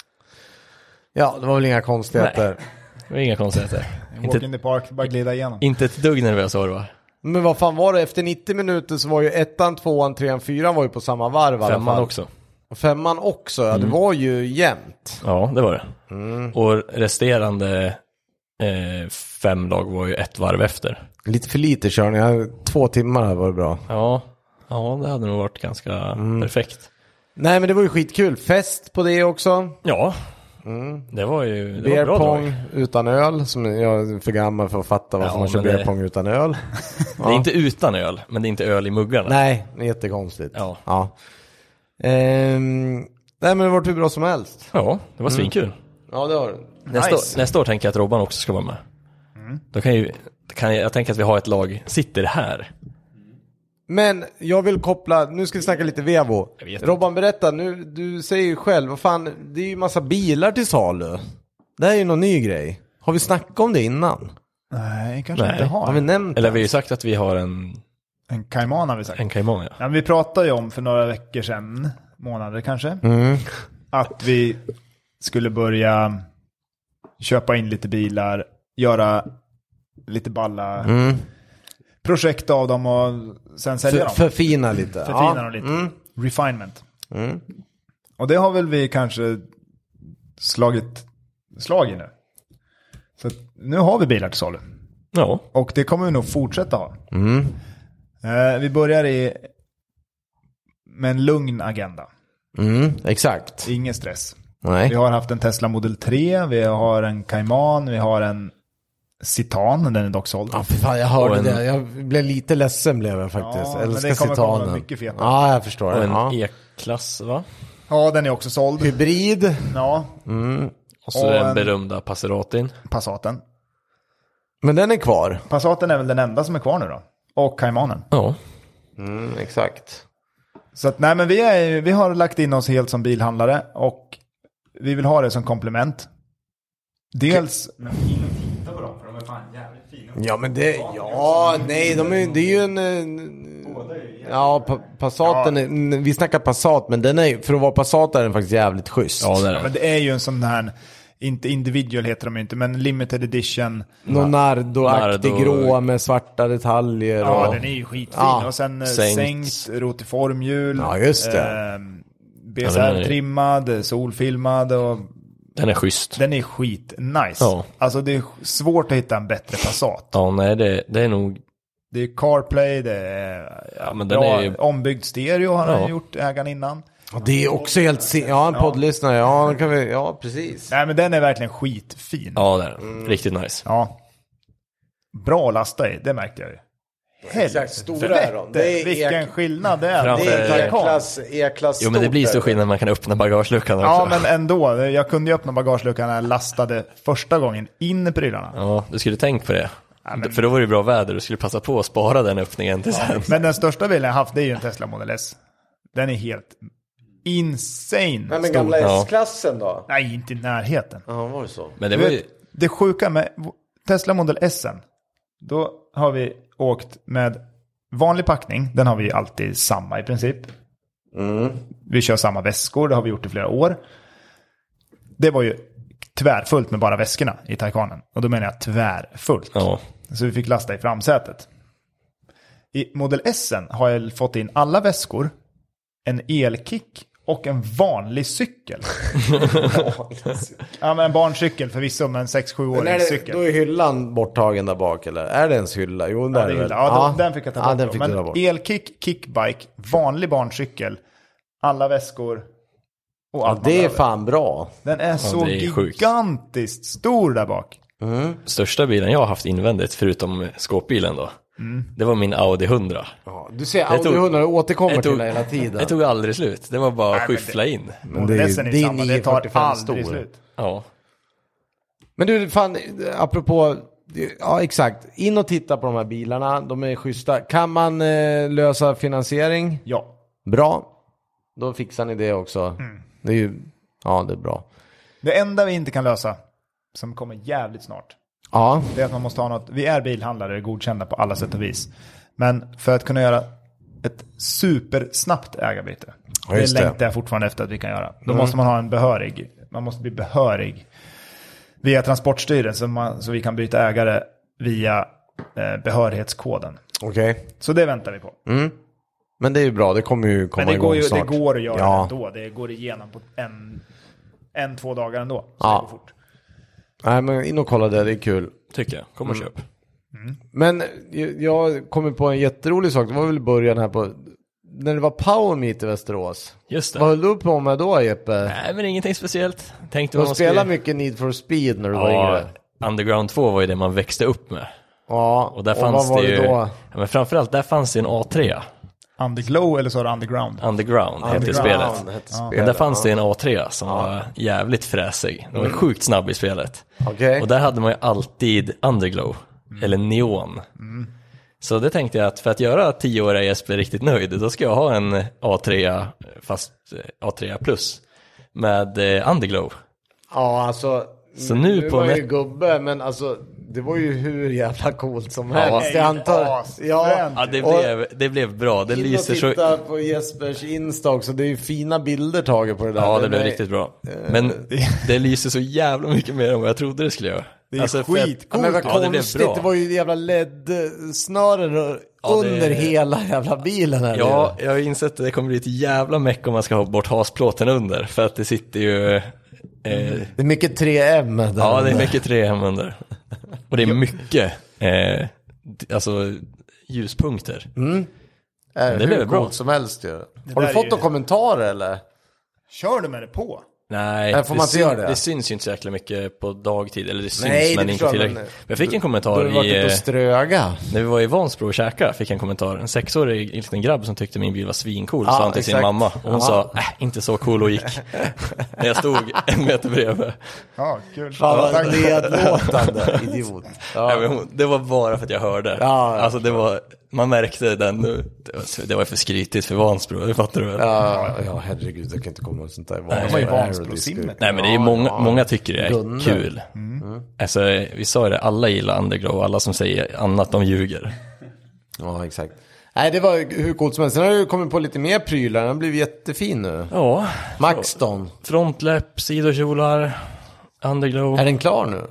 Ja, det var väl inga konstigheter. Det var inga konstigheter. Walk inte, in the park, bara glida igenom. inte ett dugg nervös var det, va? Men vad fan var det? Efter nittio minuter så var ju ettan, tvåan, trean, fyran var ju på samma varv i alla Femman fall. också. Och femman också, ja det var ju jämnt. Ja, det var det. Mm. Och resterande eh, fem lag var ju ett varv efter. Lite för lite körning, ja, två timmar hade varit bra. Ja, ja det hade nog varit ganska Mm. perfekt. Nej men det var ju skitkul, fest på det också. Ja, Mm. det var ju det var Beer bra pong drag. utan öl, som jag är för gammal för att fatta varför Ja, man kör men det- beer pong utan öl. Det är inte utan öl, men det är inte öl i muggarna. Nej, det är jättekonstigt. Ja. Ja. Ehm, nej men det var hur bra som helst. Ja, det var svinkul. Ja det har det. Nästa, Nice. år, nästa år tänker jag att Robban också ska vara med. Då kan ju, kan jag, jag tänker att vi har ett lag, sitter här. Men jag vill koppla, nu ska vi snacka lite Vevo. Jag vet inte. Robban berätta, nu, du säger ju själv, vad fan, det är ju massa bilar till salu. Det här är ju någon ny grej. Har vi snackat om det innan? Nej, kanske Nej. inte har. Har vi nämnt Eller det? vi har ju sagt att vi har en, En Cayman har vi sagt. en Cayman, ja. Ja, men vi pratade ju om för några veckor sedan, månader kanske, Mm. att vi skulle börja köpa in lite bilar, göra lite balla Mm. projekt av dem och sen sälja För, dem. förfina lite. Förfina ja. dem lite. Mm. Refinement. Mm. Och det har väl vi kanske slagit slag i nu. Så att nu har vi bilar till salu. Ja, Och det kommer vi nog fortsätta ha. Mm. Eh, vi börjar i med en lugn agenda. Mm. Exakt. Ingen stress. Nej. Vi har haft en Tesla Model tre, vi har en Cayman, vi har en Citan, den är dock såld. Ja, för fan, jag hörde en- det. Jag blev lite ledsen blev jag faktiskt. Ja, Jag men älskar det kommer komma Citanen. mycket fetare. Ja, jag förstår och det. en Ja. E-klass va? Ja, den är också såld. Hybrid. Ja, Mm. Och så Och den en- berömda Passeratin. Passaten. Men den är kvar. Passaten är väl den enda som är kvar nu då. Och Caymanen. Ja, Mm, exakt. Så att, nej men vi, är, vi har lagt in oss helt som bilhandlare och vi vill ha det som komplement. Dels... Titta på dem för de är fan jävligt fina. Ja, men det... Ja, nej, de är, det är ju en... en ja, pa, Passaten är, vi snackar Passat, men den är, för att vara Passat är den faktiskt jävligt schysst. ja det är Men det. det är ju en sån här, inte individual heter de inte, men limited edition. Någon Nardo-aktig Nardo- grå med svarta detaljer. Ja, och, den är ju skitfin. Ja. Och sen eh, Sänkt. sänkt, rotiformhjul. Ja, just det. Eh, B S Ja, den är- R-trimmad, solfilmad och Den är schysst. den är skitnice. Ja. Alltså det är svårt att hitta en bättre Passat. Ja, nej det, det är nog... Det är CarPlay, det är, Ja, men den bra, är ju- ombyggd stereo har han Ja. gjort, ägaren innan. Ja, det är också helt... se- Ja, en poddlyssnare. Ja, då kan vi, ja, precis. Nej men den är verkligen skitfin. Ja, det är den. Riktigt nice. Ja. Bra att lasta i, det märkte jag ju. Exakt, stora är de. Det är Vilken ek- skillnad det är. Framför- Det är Taycan. E-klass, E-klass Jo, men det blir så stort. skillnad när man kan öppna bagageluckan också. Ja, men ändå. Jag kunde ju öppna bagageluckan när jag lastade första gången in i prylarna. Ja, du skulle tänkt på det. Ja, men- För då var det ju bra väder, du skulle passa på att spara den öppningen till sen. Men den största bilen jag haft, det är ju en Tesla Model S. Den är helt insane Nej, men stor. gamla Ja. S-klassen då? Nej, inte i närheten. Ja, var det så? Men det Du var ju... vet, det sjuka med Tesla Model S, då har vi åkt med vanlig packning. Den har vi alltid samma i princip. Mm. Vi kör samma väskor, det har vi gjort i flera år. Det var ju tvärfullt med bara väskorna i Taycanen. Och då menar jag tvärfullt. Ja, Så vi fick lasta i framsätet. I Model S har jag fått in alla väskor, en elkick och en vanlig cykel. Ja, men en barncykel förvisso, men en sex sju Men är årig det, cykel. då är hyllan borttagen där bak, eller? Är det ens hylla? Jo, där Ja, är det är väl. illa. Ja, den fick jag ta bort. Ja, den då. fick du ta Men bort. elkick, kickbike, vanlig barncykel, alla väskor och Ja, allt man det är behöver. fan bra. Den är så det är sjukt. gigantiskt stor där bak. största bilen jag har haft invändigt, förutom skåpbilen då, Mm. det var min Audi hundra. Ja, du ser, Det Audi tog- hundra återkommer Det tog, till det hela tiden. det tog aldrig slut, det var bara att Nej, men skyffla in. Men det är ju- Model S är det är samma, det tar nio fyrtiofem aldrig stor. slut. Ja, Men du, fan, apropå... Ja, exakt. In och titta på de här bilarna. De är schyssta. Kan man eh, lösa finansiering? Ja. Bra. Då fixar ni det också. Mm. Det är ju... Ja, det är bra. Det enda vi inte kan lösa, som kommer jävligt snart, Ja, det är att man måste ha något. Vi är bilhandlare, godkända på alla sätt och vis. Men för att kunna göra ett supersnabbt ägarbyte, Ja, det just det. längtar jag fortfarande efter att vi kan göra. Då måste man ha en behörig, man måste bli behörig via Transportstyrelsen så, man, så vi kan byta ägare via eh, behörighetskoden. okej. Så det väntar vi på. Mm. Men det är ju bra. Det kommer ju komma Men det igång går, ju, det snart. går att göra Ja. ändå. Det går igenom på en, en två dagar ändå. Så Ja. det går fort. Nej, men in och kolla det. Det är kul. tycker jag. Kom och köp. Men jag- jag kommer på en jätterolig sak. Det var väl i början här på... När det var Power Meet i Västerås. Just det. Vad höll du på med då, Jeppe? Nej, men ingenting speciellt. Tänkte Du vad man spelade skulle... mycket Need for Speed när du var Ja, yngre. Underground två var ju det man växte upp med. Ja, Och där fanns vad var det ju... det då? Ja, men framförallt, där fanns det en A tre. Underglow eller så är det underground? Underground hette Underground spelet. hette Ja. spelet. Men där fanns det ja. en A tre som var jävligt fräsig. Den var sjukt snabb i spelet. Okej. Och där hade man ju alltid Underglow. Eller Neon. Så det tänkte jag att för att göra tioåriga Jesper riktigt nöjd, då ska jag ha en A tre, fast A tre plus. Med eh, Underglow. Ja, alltså... Så nu du på var ju net- gubbe, men alltså... Det var ju hur jävla coolt som Ja. helst. Det är Jag ju antar... asfränt. Ja, Ja, det och- blev, det blev bra. Det In och lyser så... titta på Jespers Insta också. Det är ju fina bilder taget på det där. Ja, det Den blev är- riktigt bra. Men det lyser så jävla mycket mer än vad jag trodde det skulle göra. Det är Alltså, för att- Ja, skitcoolt. men vad Ja, det blev konstigt, bra. det var ju jävla L E D-snören Ja, det- under hela jävla bilen här. Ja, jag har insett att det kommer bli ett jävla meck om man ska ha bort hasplåten under. För att det sitter ju... Eh, Det är mycket tre M där. ja, det är mycket tre M under. Och det är mycket eh, d- alltså, ljuspunkter. Äh, det hur blev bra. coolt som helst ju. Har där du är fått ju- några kommentarer eller? Kör du med det på? Nej, Nej, får man inte syn- göra det? det syns ju inte så jäkla mycket på dagtid. Eller det syns, Nej, men det inte förstår jag, tillräckligt. men- Men jag fick en Du kommentar har varit i... ute och eh, ströga. När vi var i Vansbro och käka fick jag en kommentar. En sexårig liten grabb som tyckte min bil var svincool. Ja, sa han till sin exakt. mamma. Och hon Ja. sa, äh, inte så cool och gick. När jag stod en meter bredvid. Ja, kul. Fan vad Tack. nedlåtande idiot. Ja. Nej, men hon, det var bara för att jag hörde. Ja, ja. Alltså det var, man märkte den nu. Det var, det var för skrytigt för Vansbro, det fattar du väl? Ja, ja, herregud, jag kan inte komma och sånt där. de var ju Vansbro-simmet. Nej men det är ju många, Ja, många tycker det är Gunnar. kul. Alltså vi sa det, alla gillar Underglow, alla som säger annat de ljuger. Ja, exakt. Nej, det var hur coolt som helst. Sen har du kommit på lite mer prylar. Den har blivit jättefin nu. Ja, Maxton. frontläpp, sidokjolar, Underglow. Är den klar nu?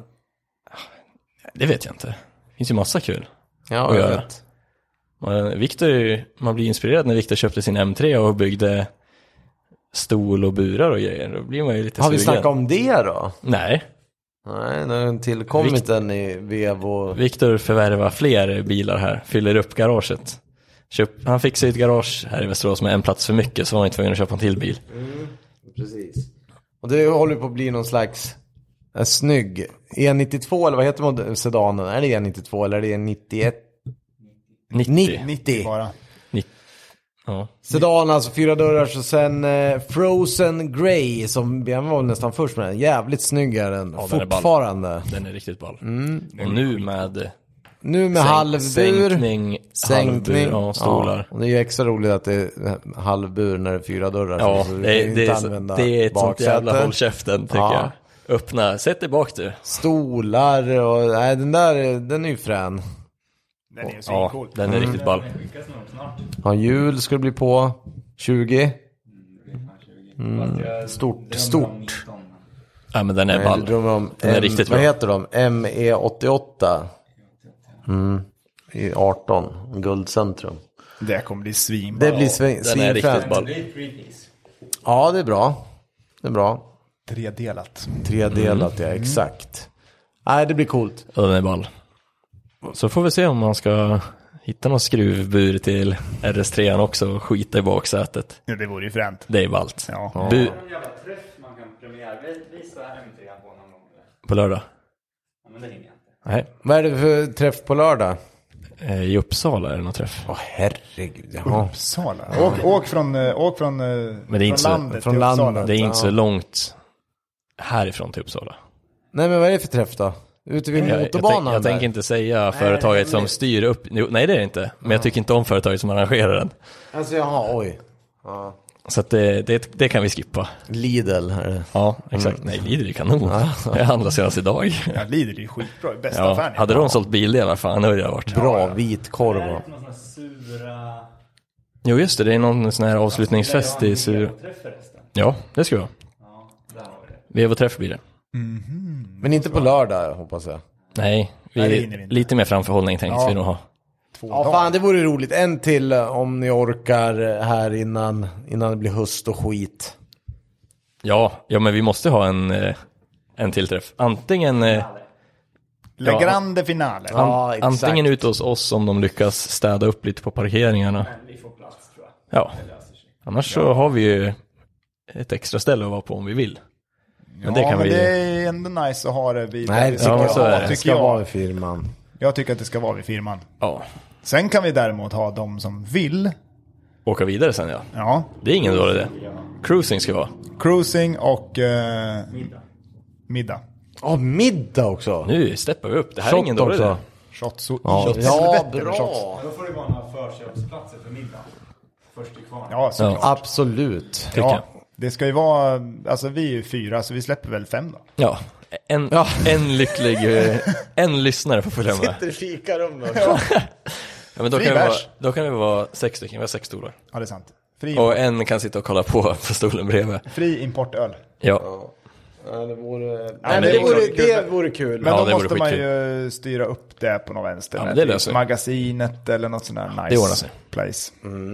Det vet jag inte. Det finns ju massa kul. Ja, att jag göra. vet. Man, Victor, man blir inspirerad när Victor köpte sin M tre och byggde stol och burar och grejer. Då blir man ju lite Har vi sugen. snackat om det då? Nej, Nej, det har en tillkommit Vikt- den i Vevo. Victor förvärvar fler bilar här, fyller upp garaget. Köp, han fick sig ett garage här i Västerås med en plats för mycket, så var han inte tvungen att köpa en till bil. Precis. Och det håller på att bli någon slags en snygg E nittiotvå, eller vad heter mod- sedanen? Är det E nittiotvå eller är det E nittioett? nittio. nittio. Bara. nittio. Ja. Sedan, alltså fyra dörrar, och sen eh, Frozen Grey som B M W var nästan först med den. Jävligt snygg är den, Ja, den är ball. fortfarande. Den är riktigt ball. Och nu med Nu med sänk- halvbur. sänkning, Sänkning. halvbur, ja, stolar. Ja, och det är ju extra roligt att det är halvbur när det är fyra dörrar. Ja, så du det, kan ju det, inte är, så- använda det är ett sånt baksäte. jävla håll käften tycker Ja. jag. Öppna, sätt dig bak du. Stolar och, nej den där, den är ju frän. Den är ju Ja, svincool. den är riktigt ball. Skickas nog snart. Ja, hjul ska det bli på. tjugo. Mm. Stort, stort. Ja, men den är Nej, du ball. drömmer om Den är M, riktigt vad bra. heter de? M E åttioåtta. Mm. I arton. Guldcentrum. Det kommer bli svinbra. Det blir svin, Den är svinfränt. riktigt Det ball. blir three piece. Ja, det är bra. Det är bra. Tredelat. Tredelat, Mm. ja, exakt. Nej, det blir coolt. Ja, den är ball. Så får vi se om man ska hitta någon skruvbur till R S tre också och skita i baksätet. Ja, det vore ju fränt. Det är ballt. Ja. Bu- Är det någon jävla träff man kan premiärvisa M tre på någon gång? Eller? på lördag. Ja, men det hinner jag inte. Nej. Vad är det för träff på lördag? Eh, I Uppsala är det någon träff. Åh, herregud. Jaha. Uppsala. Åk, åk från, eh, åk från, eh, Men det är från inte så- landet från till Uppsala. landet. Det är inte Ja. så långt härifrån till Uppsala. Nej, men vad är det för träff då? Ute vid Jag, jag, tänk, motorbanan jag där? tänker inte säga företaget som styr upp. Jo, nej, det är det inte. Men jag tycker inte om företaget som arrangerar den. Alltså, jaha, oj. Ja. Så att det, det, det kan vi skippa. Lidl här är det. Ja, exakt. Nej, Lidl är kanon. Jag handlar senast idag. Ja, Lidl är ju skitbra. Bästa Ja, affären. hade de sålt bildelar, fan, nu hade jag varit. Bra vit korv. Är det va? inte någon sån här sura... Jo, just det. Det är någon sån här avslutningsfest i Sur... Träff förresten. Ja, det ska vi ha. Ja, där har vi det. Vevo-träff blir det. Men inte på lördag, hoppas jag. Nej, vi, Nej, det hinner vi inte. lite mer framförhållning tänkte Ja. vi nog ha. Två Ja, dagar. fan, det vore roligt. En till eh, om ni orkar eh, här innan, innan det blir höst och skit. Ja, ja, men vi måste ha en, eh, en till träff. Antingen, eh, La Ja. Grande Finale. an, Ja, exakt. antingen ute hos oss om de lyckas städa upp lite på parkeringarna. Men vi får plats tror jag. Ja, Det löser sig. annars så har vi ju ett extra ställe att vara på om vi vill. Men det ja, kan men vi... det är ändå nice att ha det vid... Nej, det tycker ja, ska, jag, så är det. det tycker ska jag. vara i firman. Jag tycker att det ska vara vid firman. Ja, Sen kan vi däremot ha de som vill. åka vidare sen ja. Ja. Det är ingen dålig idé. Cruising ska vara. Cruising och eh, Middag. middag. Ja, middag också. Nu steppar vi upp. Det här är ingen Shot dålig idé. också. Shots och Ja, shots. ja Helvete med bra. shots. Då får det vara några förköpsplatser för middag. Först till kvarn. Ja, såklart. Absolut. Tycker jag. Ja, det ska ju vara, alltså vi är ju fyra så vi släpper väl fem då. Ja, en, Ja. en lycklig, eh, en lyssnare får följa med. i fikarum då. Ja, men då, Fri kan vi vara, bärs. då kan vi vara sex stycken, vi har sex stolar. Ja, det är sant. Fri, Och en kan sitta och kolla på på stolen bredvid. fri importöl. Ja, Ja, det vore, men nej, det det, är vore, kul. det vore kul. Men Ja, då det vore måste man skitkul. ju styra upp det på någon vänster. Ja, med det typ löser vi. magasinet eller något sånt där nice Det ordnar sig. place.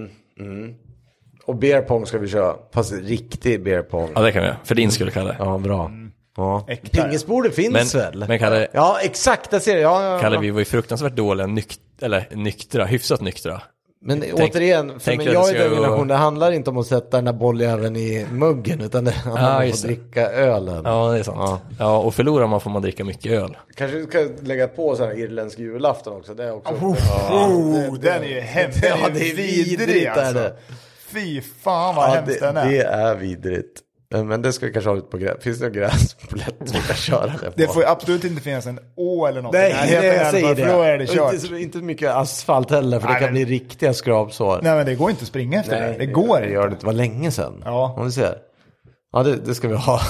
Och beer pong ska vi köra. Fast riktig beer pong. Ja, det kan vi göra. För din skulle Kalle. Ja, bra. Ja. Äkta. Pingisbordet finns Men, väl? men Kalle, Ja, exakt. Jag ser det. Ja, ja, ja. Kalle, vi var ju fruktansvärt dåliga, nykt, eller nyktra, hyfsat nyktra. Men Tänk- återigen, för tänk men att jag det är ska den gå- generation, det handlar inte om att sätta den där bolljäveln i muggen, utan det handlar Ja, om att just det. dricka ölen. Ja, det är sant. Ja. Ja, och förlorar man får man dricka mycket öl. Kanske vi ska lägga på så här irländsk julafton också. Det är också... Oh, oh, den är ju hemsk. Den Ja, är det ju är vidrig vidrigt, alltså. är det. Fy fan vad Ja, hemskt det, den är. det är vidrigt. Men det ska vi kanske ha ut på gräs. Finns det någon gräsplätt vi kan köra det på? Det får ju absolut inte finnas en å eller något. Nej, i närheten det, i alla jag fall, säger för då är det. det Och kört. inte, så- inte mycket asfalt heller, för Nej, det kan men- bli riktiga skrapsår. Nej men det går inte att springa efter det. Det går det inte. gör det inte. Det var länge sedan. Ja. Om du ser. Ja, det, det ska vi ha.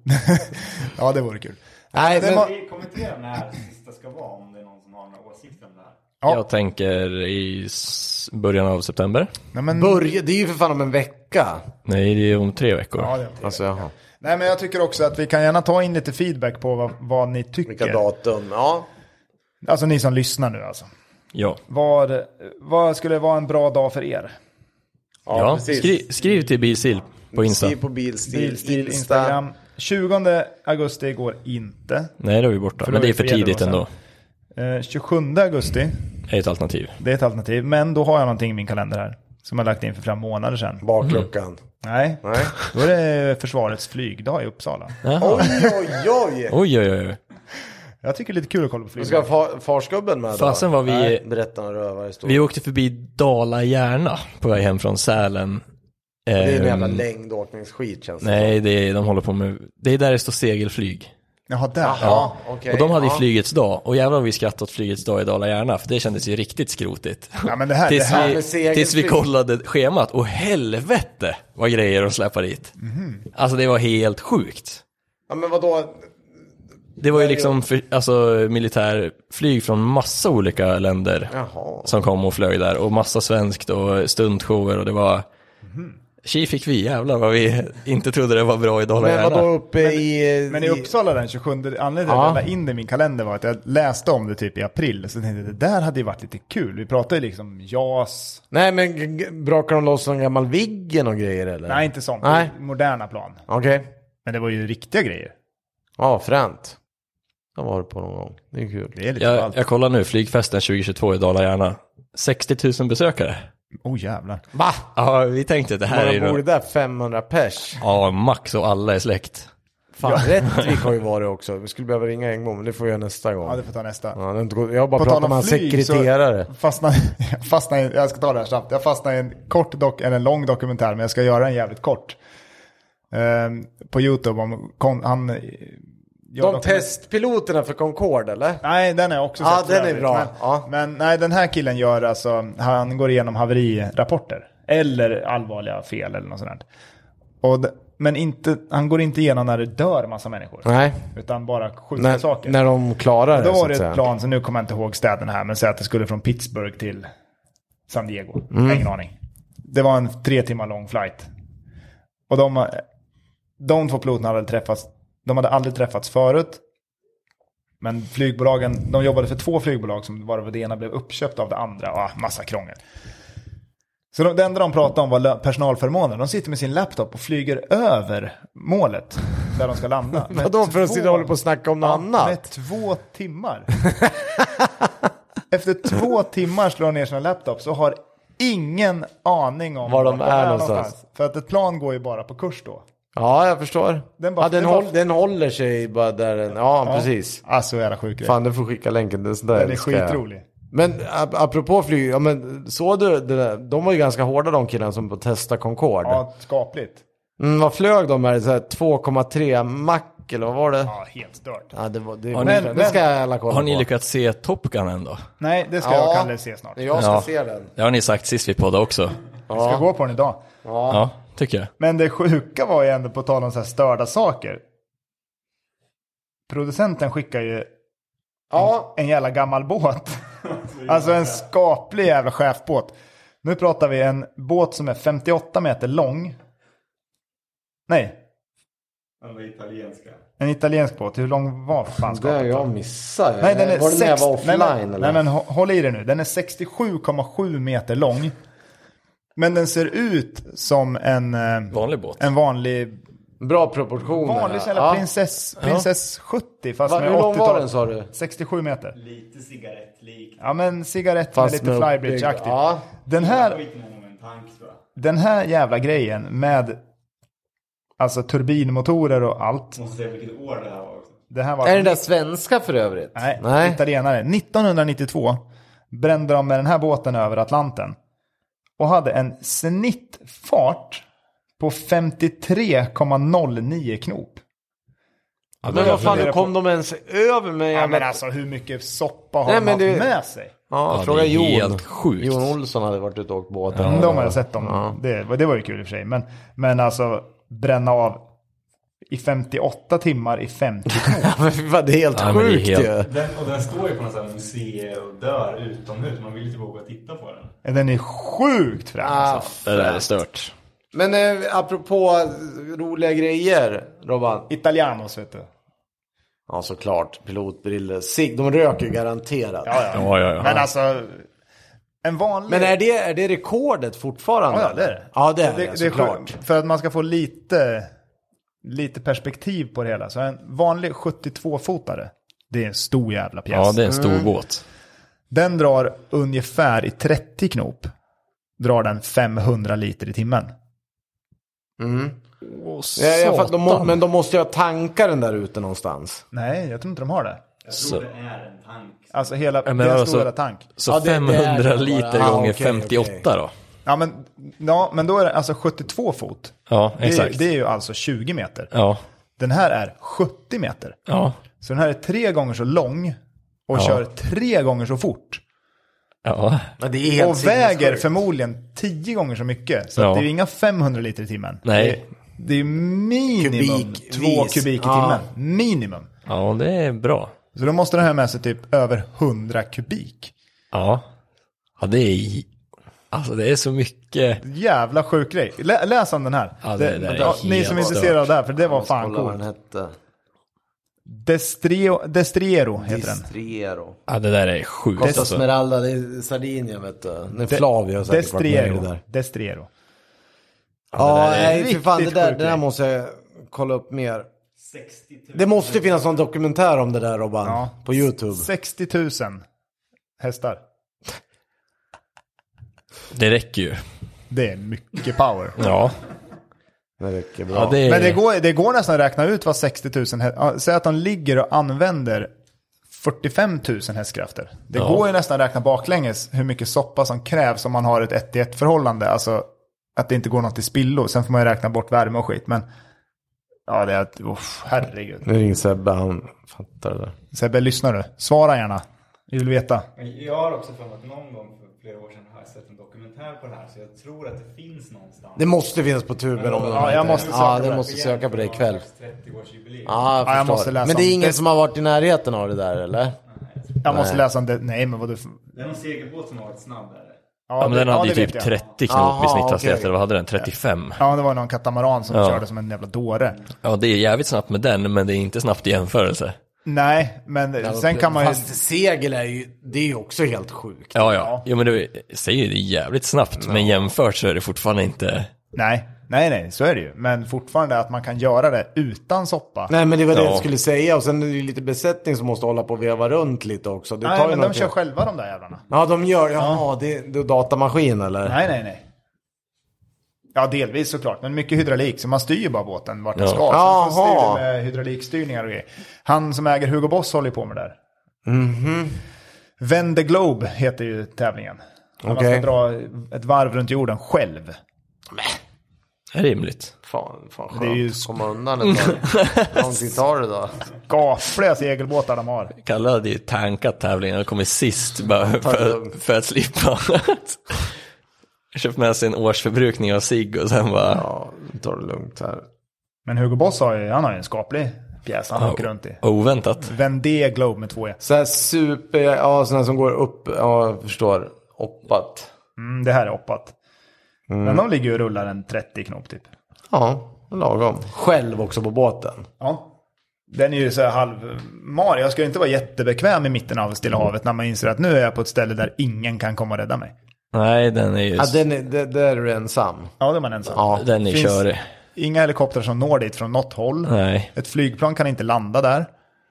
Ja det vore kul. Nej, det men... var- Vi kommenterar när sista ska vara, om det är någon som har några åsikter om det här. Ja. Jag tänker i s- början av september. Nej, men... Börja, det är ju för fan om en vecka. Nej, det är om tre veckor. Ja, det är Alltså, jaha. Nej men jag tycker också att vi kan gärna ta in lite feedback på vad, vad ni tycker. Vilka datum? Ja. Alltså ni som lyssnar nu alltså. Ja, Vad, vad skulle vara en bra dag för er? Ja, ja. precis. Skri, skriv till Bilsil på Insta. Skriv på Bilstil, Bilstil, Insta. Instagram. tjugonde augusti går inte. Nej, då är vi borta. För Men då det är är för fredag tidigt då sen. ändå. Eh, tjugosjunde augusti, Det är ett alternativ. det är ett alternativ. Men då har jag någonting i min kalender här. Som jag lagt in för flera månader sedan. Bakluckan. Nej, Nej. då är det försvarets flygdag i Uppsala. Jaha. Oj, oj, oj. Oj, oj, oj. Jag tycker det är lite kul att kolla på Du flyg. ska ha fa- farsgubben med då? Fasen var vi... Nej, berätta en rövarhistoria. Vi åkte förbi Dala-Järna på väg hem från Sälen. Det är en jävla Ehm, längdåkningsskit känns det. Nej, det är, de håller på med... Det är där det står segelflyg. Jaha, där. Jaha, Ja. okej. Och de hade ju Ja. flygets dag. Och jävlar vad vi skrattade åt flygets dag i Dala-Järna. För det kändes ju riktigt skrotigt. Ja, men det här, det Tills här. med vi, segelflyg. tills vi kollade schemat. Och helvete vad grejer de släpar dit. Mhm. Alltså det var helt sjukt. Ja, men vadå? Det var ju liksom för, alltså, militärflyg från massa olika länder. Jaha. Som kom och flög där. Och massa svenskt och stuntshower. Och det var... Mhm. Tji fick vi, jävlar vad vi inte trodde det var bra i Men Dala-Järna. vadå uppe i... Men i Uppsala den tjugosjunde, anledningen till Ja. att jag la in det i min kalender var att jag läste om det typ i april. Så tänkte jag, det där hade ju varit lite kul. Vi pratade ju liksom J A S. Nej, men g- g- brakar de loss en gammal Viggen och grejer eller? Nej, inte sånt. Nej. Moderna plan. Okej. Men det var ju riktiga grejer. Ja, fränt. Jag var på någon gång. Det är kul. Det är lite Jag, ballt. jag kollar nu, flygfesten tjugohundratjugotvå i Dala-Järna. sextio tusen besökare. Oh jävlar. Va? Ja, vi tänkte att det här är Här ju... bor det nog- där femhundra pers. Ja, max och alla är släkt. Fan, Rättvik har ju varit också. Vi skulle behöva ringa en gång, men det får jag göra nästa gång. Ja, det får ta nästa. Ja, det har inte gått. Jag har bara På pratat tal om med hans flyg, så- sekreterare. Fastnade, jag, fastnade, i- jag ska ta det här snabbt. Jag fastnade i en kort dok, eller en lång dokumentär, men jag ska göra en jävligt kort. Ehm, på YouTube om kon, han... jag De dokument- testpiloterna för Concorde, eller? Nej, den har jag också Ja, sett för den är övrigt. bra. Men, Ja. men nej, den här killen gör alltså, han går igenom haverirapporter. Eller allvarliga fel eller något sånt där. Och d- men inte, han går inte igenom när det dör massa människor. Nej. Utan bara sjuka När, saker. när de klarar det, Då så var att det säga. ett plan, så nu kommer jag inte ihåg städerna här, men säg att det skulle från Pittsburgh till San Diego. Mm. Ingen aning. Det var en tre timmar lång flight. Och de, de två piloterna hade träffats, de hade aldrig träffats förut. Men flygbolagen, de jobbade för två flygbolag som var det ena blev uppköpt av det andra. Ah, massa krångel. Så de, det enda de pratade om var lö- personalförmåner. De sitter med sin laptop och flyger över målet där de ska landa. Med Vadå, för att två- sitta och hålla på och snacka om något Ja, annat? med två timmar. Efter två timmar slår de ner sina laptops och har ingen aning om Var de är någonstans. För att ett plan går ju bara på kurs då. Ja, jag förstår. Den bara- ja, den, den håll, bara- den håller sig bara där den... Ja, Ja. precis. Alltså jävla sjuk grej. Fan, du får skicka länken. Den, där Den är älskar jag. skitrolig. Men ap- apropå flyg, ja, men såg du det där? De var ju ganska hårda, de killarna som på testa Concorde. Ja, skapligt. Mm, vad flög de med? Så här två komma tre Mach, eller vad var det? Ja, helt stört. Ja, det, var, det, Har det, ni- det ska jag alla kolla Har ni på. lyckats se Top Gun än då? Nej, det ska Ja. jag och Kalle se snart. Jag ska Ja. se den. Det har ni sagt sist vi poddade också. Vi ska gå på den idag. Ja, tycker jag. Men det sjuka var ju ändå, på tal om så här störda saker. Producenten skickar ju Ja, en jävla gammal båt. Alltså en skaplig jävla chefbåt. Nu pratar vi en båt som är femtioåtta meter lång. Nej. Den var italienska. En italiensk båt. Hur lång var Det fanskapet? har jag missat. Nej, den är var det när jag var sex... offline nej, men, eller? nej, men hå- håll i det nu. Den är sextiosju komma sju meter lång. Men den ser ut som en, eh, Vanlig båt. en vanlig... Bra proportioner. Vanlig sån ja. här prinsess, prinsess sjuttio fast Va, med hur lång var åttiotal. den sa du? sextiosju meter. Lite cigarettlik. Ja, men cigarett Fast med lite med flybridge-aktigt. Ja. Den här, Skit många med en tank tror jag. den här jävla grejen med alltså turbinmotorer och allt. Måste säga vilket år det här var också. Det här var... Är den där svenska för övrigt? Nej, Nej. italienare. nittonhundranittiotvå brände de med den här båten över Atlanten. Och hade en snittfart på femtiotre komma noll nio knop. Ja, Men det- vad fan, funderar kom de ens över med Ja, jävla... men alltså hur mycket soppa har Nej, de men haft det- med sig? Ja, Ja, fråga det är Jon. helt sjukt. Jon Olsson hade varit ute och åkt båten. Mm, de har jag sett dem. Ja. Det, var- det var ju kul i och för sig. Men, men alltså bränna av i femtioåtta timmar i femtio knop. Men fy fan, det är helt Ja, men det är sjukt helt- ju. Den, och den står ju på något sånt här museum och dör utomhus. Man vill ju inte våga titta på den. Den är sjukt främ. Ah, Alltså. Det där är stört. Men eh, apropå roliga grejer, Robban. Italianos vet du. Ja, såklart. Pilotbriller. Sig, de röker ju garanterat. Ja, ja. Ja, ja, ja. Men alltså en vanlig... Men är det, är det rekordet fortfarande? Ja, ja, det är det. Ja, det är det, det, såklart. För att man ska få lite, lite perspektiv på det hela. Så en vanlig sjuttiotvå-fotare, det är en stor jävla pjäs. Ja, det är en stor Mm. båt. Den drar ungefär i trettio knop. Drar den femhundra liter i timmen. Mm. Åh, Ja, jag fatt, de må, satan. men de måste ju ha tankar den där ute någonstans. Nej, jag tror inte de har det. Jag Så- tror det är en tank. Alltså hela, men det är en alltså- stora tank. Så Ja, det- det är femhundra det bara. liter Ah, gånger okej, femtioåtta okej. då? Ja men, ja, men då är det alltså sjuttiotvå fot. Ja, Det är, exakt. det är ju alltså tjugo meter. Ja, Den här är sjuttio meter. ja, Så den här är tre gånger så lång och Ja. kör tre gånger så fort. ja. Men det är helt Och väger sinnessjukt. förmodligen tio gånger så mycket. Så Ja. att det är ju inga femhundra liter i timmen. Nej. Det, det är minimum Kubikvis. två kubik i Ja. timmen. Minimum. Ja, det är bra. Så då måste den här med sig typ över hundra kubik. Ja. Ja, det är... Alltså det är så mycket... Jävla sjuk grej. Lä, läs om den här. Ja, det- det är ja, helt ni som är stört. intresserade av det här, för det var Jag måste fan kolla vad coolt. den hette. Destrio, Destriero heter den. Distriero. Ja, det där är sjukt. Costa Alltså. Smeralda, det är Sardinien vet du. Den De- Flavia har säkert varit med i det Destriero. där. Destriero. Ja, det där är nej för fan, det riktigt där, sjuk det där grej. måste jag kolla upp mer. sextio tusen. Det måste ju finnas någon dokumentär om det där, Robban. Ja. På YouTube. sextio tusen hästar. Det räcker ju. Det är mycket power. Ja. Det räcker bra. Ja, det är... Men det går, det går nästan att räkna ut vad sextio tusen hästar... Säg att de ligger och använder fyrtiofem tusen hästkrafter. Det Ja. går ju nästan att räkna baklänges hur mycket soppa som krävs om man har ett ett till ett förhållande. Alltså att det inte går något i spillo. Sen får man ju räkna bort värme och skit. Men ja, det är att... Uff, herregud. Nu ringer Sebbe, han fattar det där. Sebbe, lyssnar du? Svara gärna. Vi vill veta. Jag har också för mig att någon gång för flera år sedan har jag sett en dokumentär på det här. Så jag tror att det finns någonstans. Det måste finnas på tuben om Ja, jag måste söka Ja, på det det. måste söka på det ikväll. trettio-årsjubileum. Ja, jag, Ja, jag förstår. måste läsa Men det är om ingen det. som har varit i närheten av det där, eller? Jag måste Nej. läsa om det. Nej, men vad du... Det är någon segelbåt som har varit snabb där. Ja, men den det- hade ja, ju det typ vet jag. trettio knop Aha, i snitthastighet. okej. Eller vad hade den? trettiofem. Ja, det var någon katamaran som Ja. körde som en jävla dåre. Ja, det är jävligt snabbt med den, men det är inte snabbt i jämförelse. Nej, men sen kan man ju... Fast segel är ju, det är ju också helt sjukt. Ja, ja. Jo, men det säger ju det är jävligt snabbt, men jämfört så är det fortfarande inte... Nej, nej, nej, så är det ju. Men fortfarande att man kan göra det utan soppa. Nej, men det var det Ja. jag skulle säga. Och sen är det ju lite besättning som måste hålla på och veva runt lite också. Det Nej, tar ju men de något- kör själva de där jävlarna. Ja, de gör, jaha, det, det är datamaskin eller? Nej, nej, nej. Ja, delvis såklart. Men mycket hydraulik. Så man styr ju bara båten vart den Ja. ska. Sen Jaha. styr du med hydraulikstyrningar och grejer. Han som äger Hugo Boss håller ju på med det där. Mhm. Vend the Globe heter ju tävlingen. Man Okej. ska dra ett varv runt jorden själv. Det är rimligt. Fan, fan skönt Det är ju- att komma undan ett tag. Hur lång tid tar det då? Gapliga segelbåtar de har. Kalle hade ju tankat tävlingen och kommit sist bara det för, lugnt. för att slippa. Köpt med sig en årsförbrukning av cigg och sen bara... Ja, ta det lugnt här. Men Hugo Boss har ju, han har ju en skaplig pjäs han Ja. åker runt i. Oväntat. Vend the Globe med två E. Så här super, ja sådana som går upp, ja jag förstår. Oppat. Mm, det här är oppat. Men de ligger ju och rullar en trettio knop typ. Ja, Lagom. Själv också på båten. Ja. Den är ju så här halvmar. Jag ska inte vara jättebekväm i mitten av Stilla havet när man inser att nu är jag på ett ställe där ingen kan komma och rädda mig. Nej, den är ju... Ja, den är, där, där är du ensam. Ja, det är man ensam. Ja. Den är Finns körig. inga helikoptrar som når dit från något håll. Nej. Ett flygplan kan inte landa där.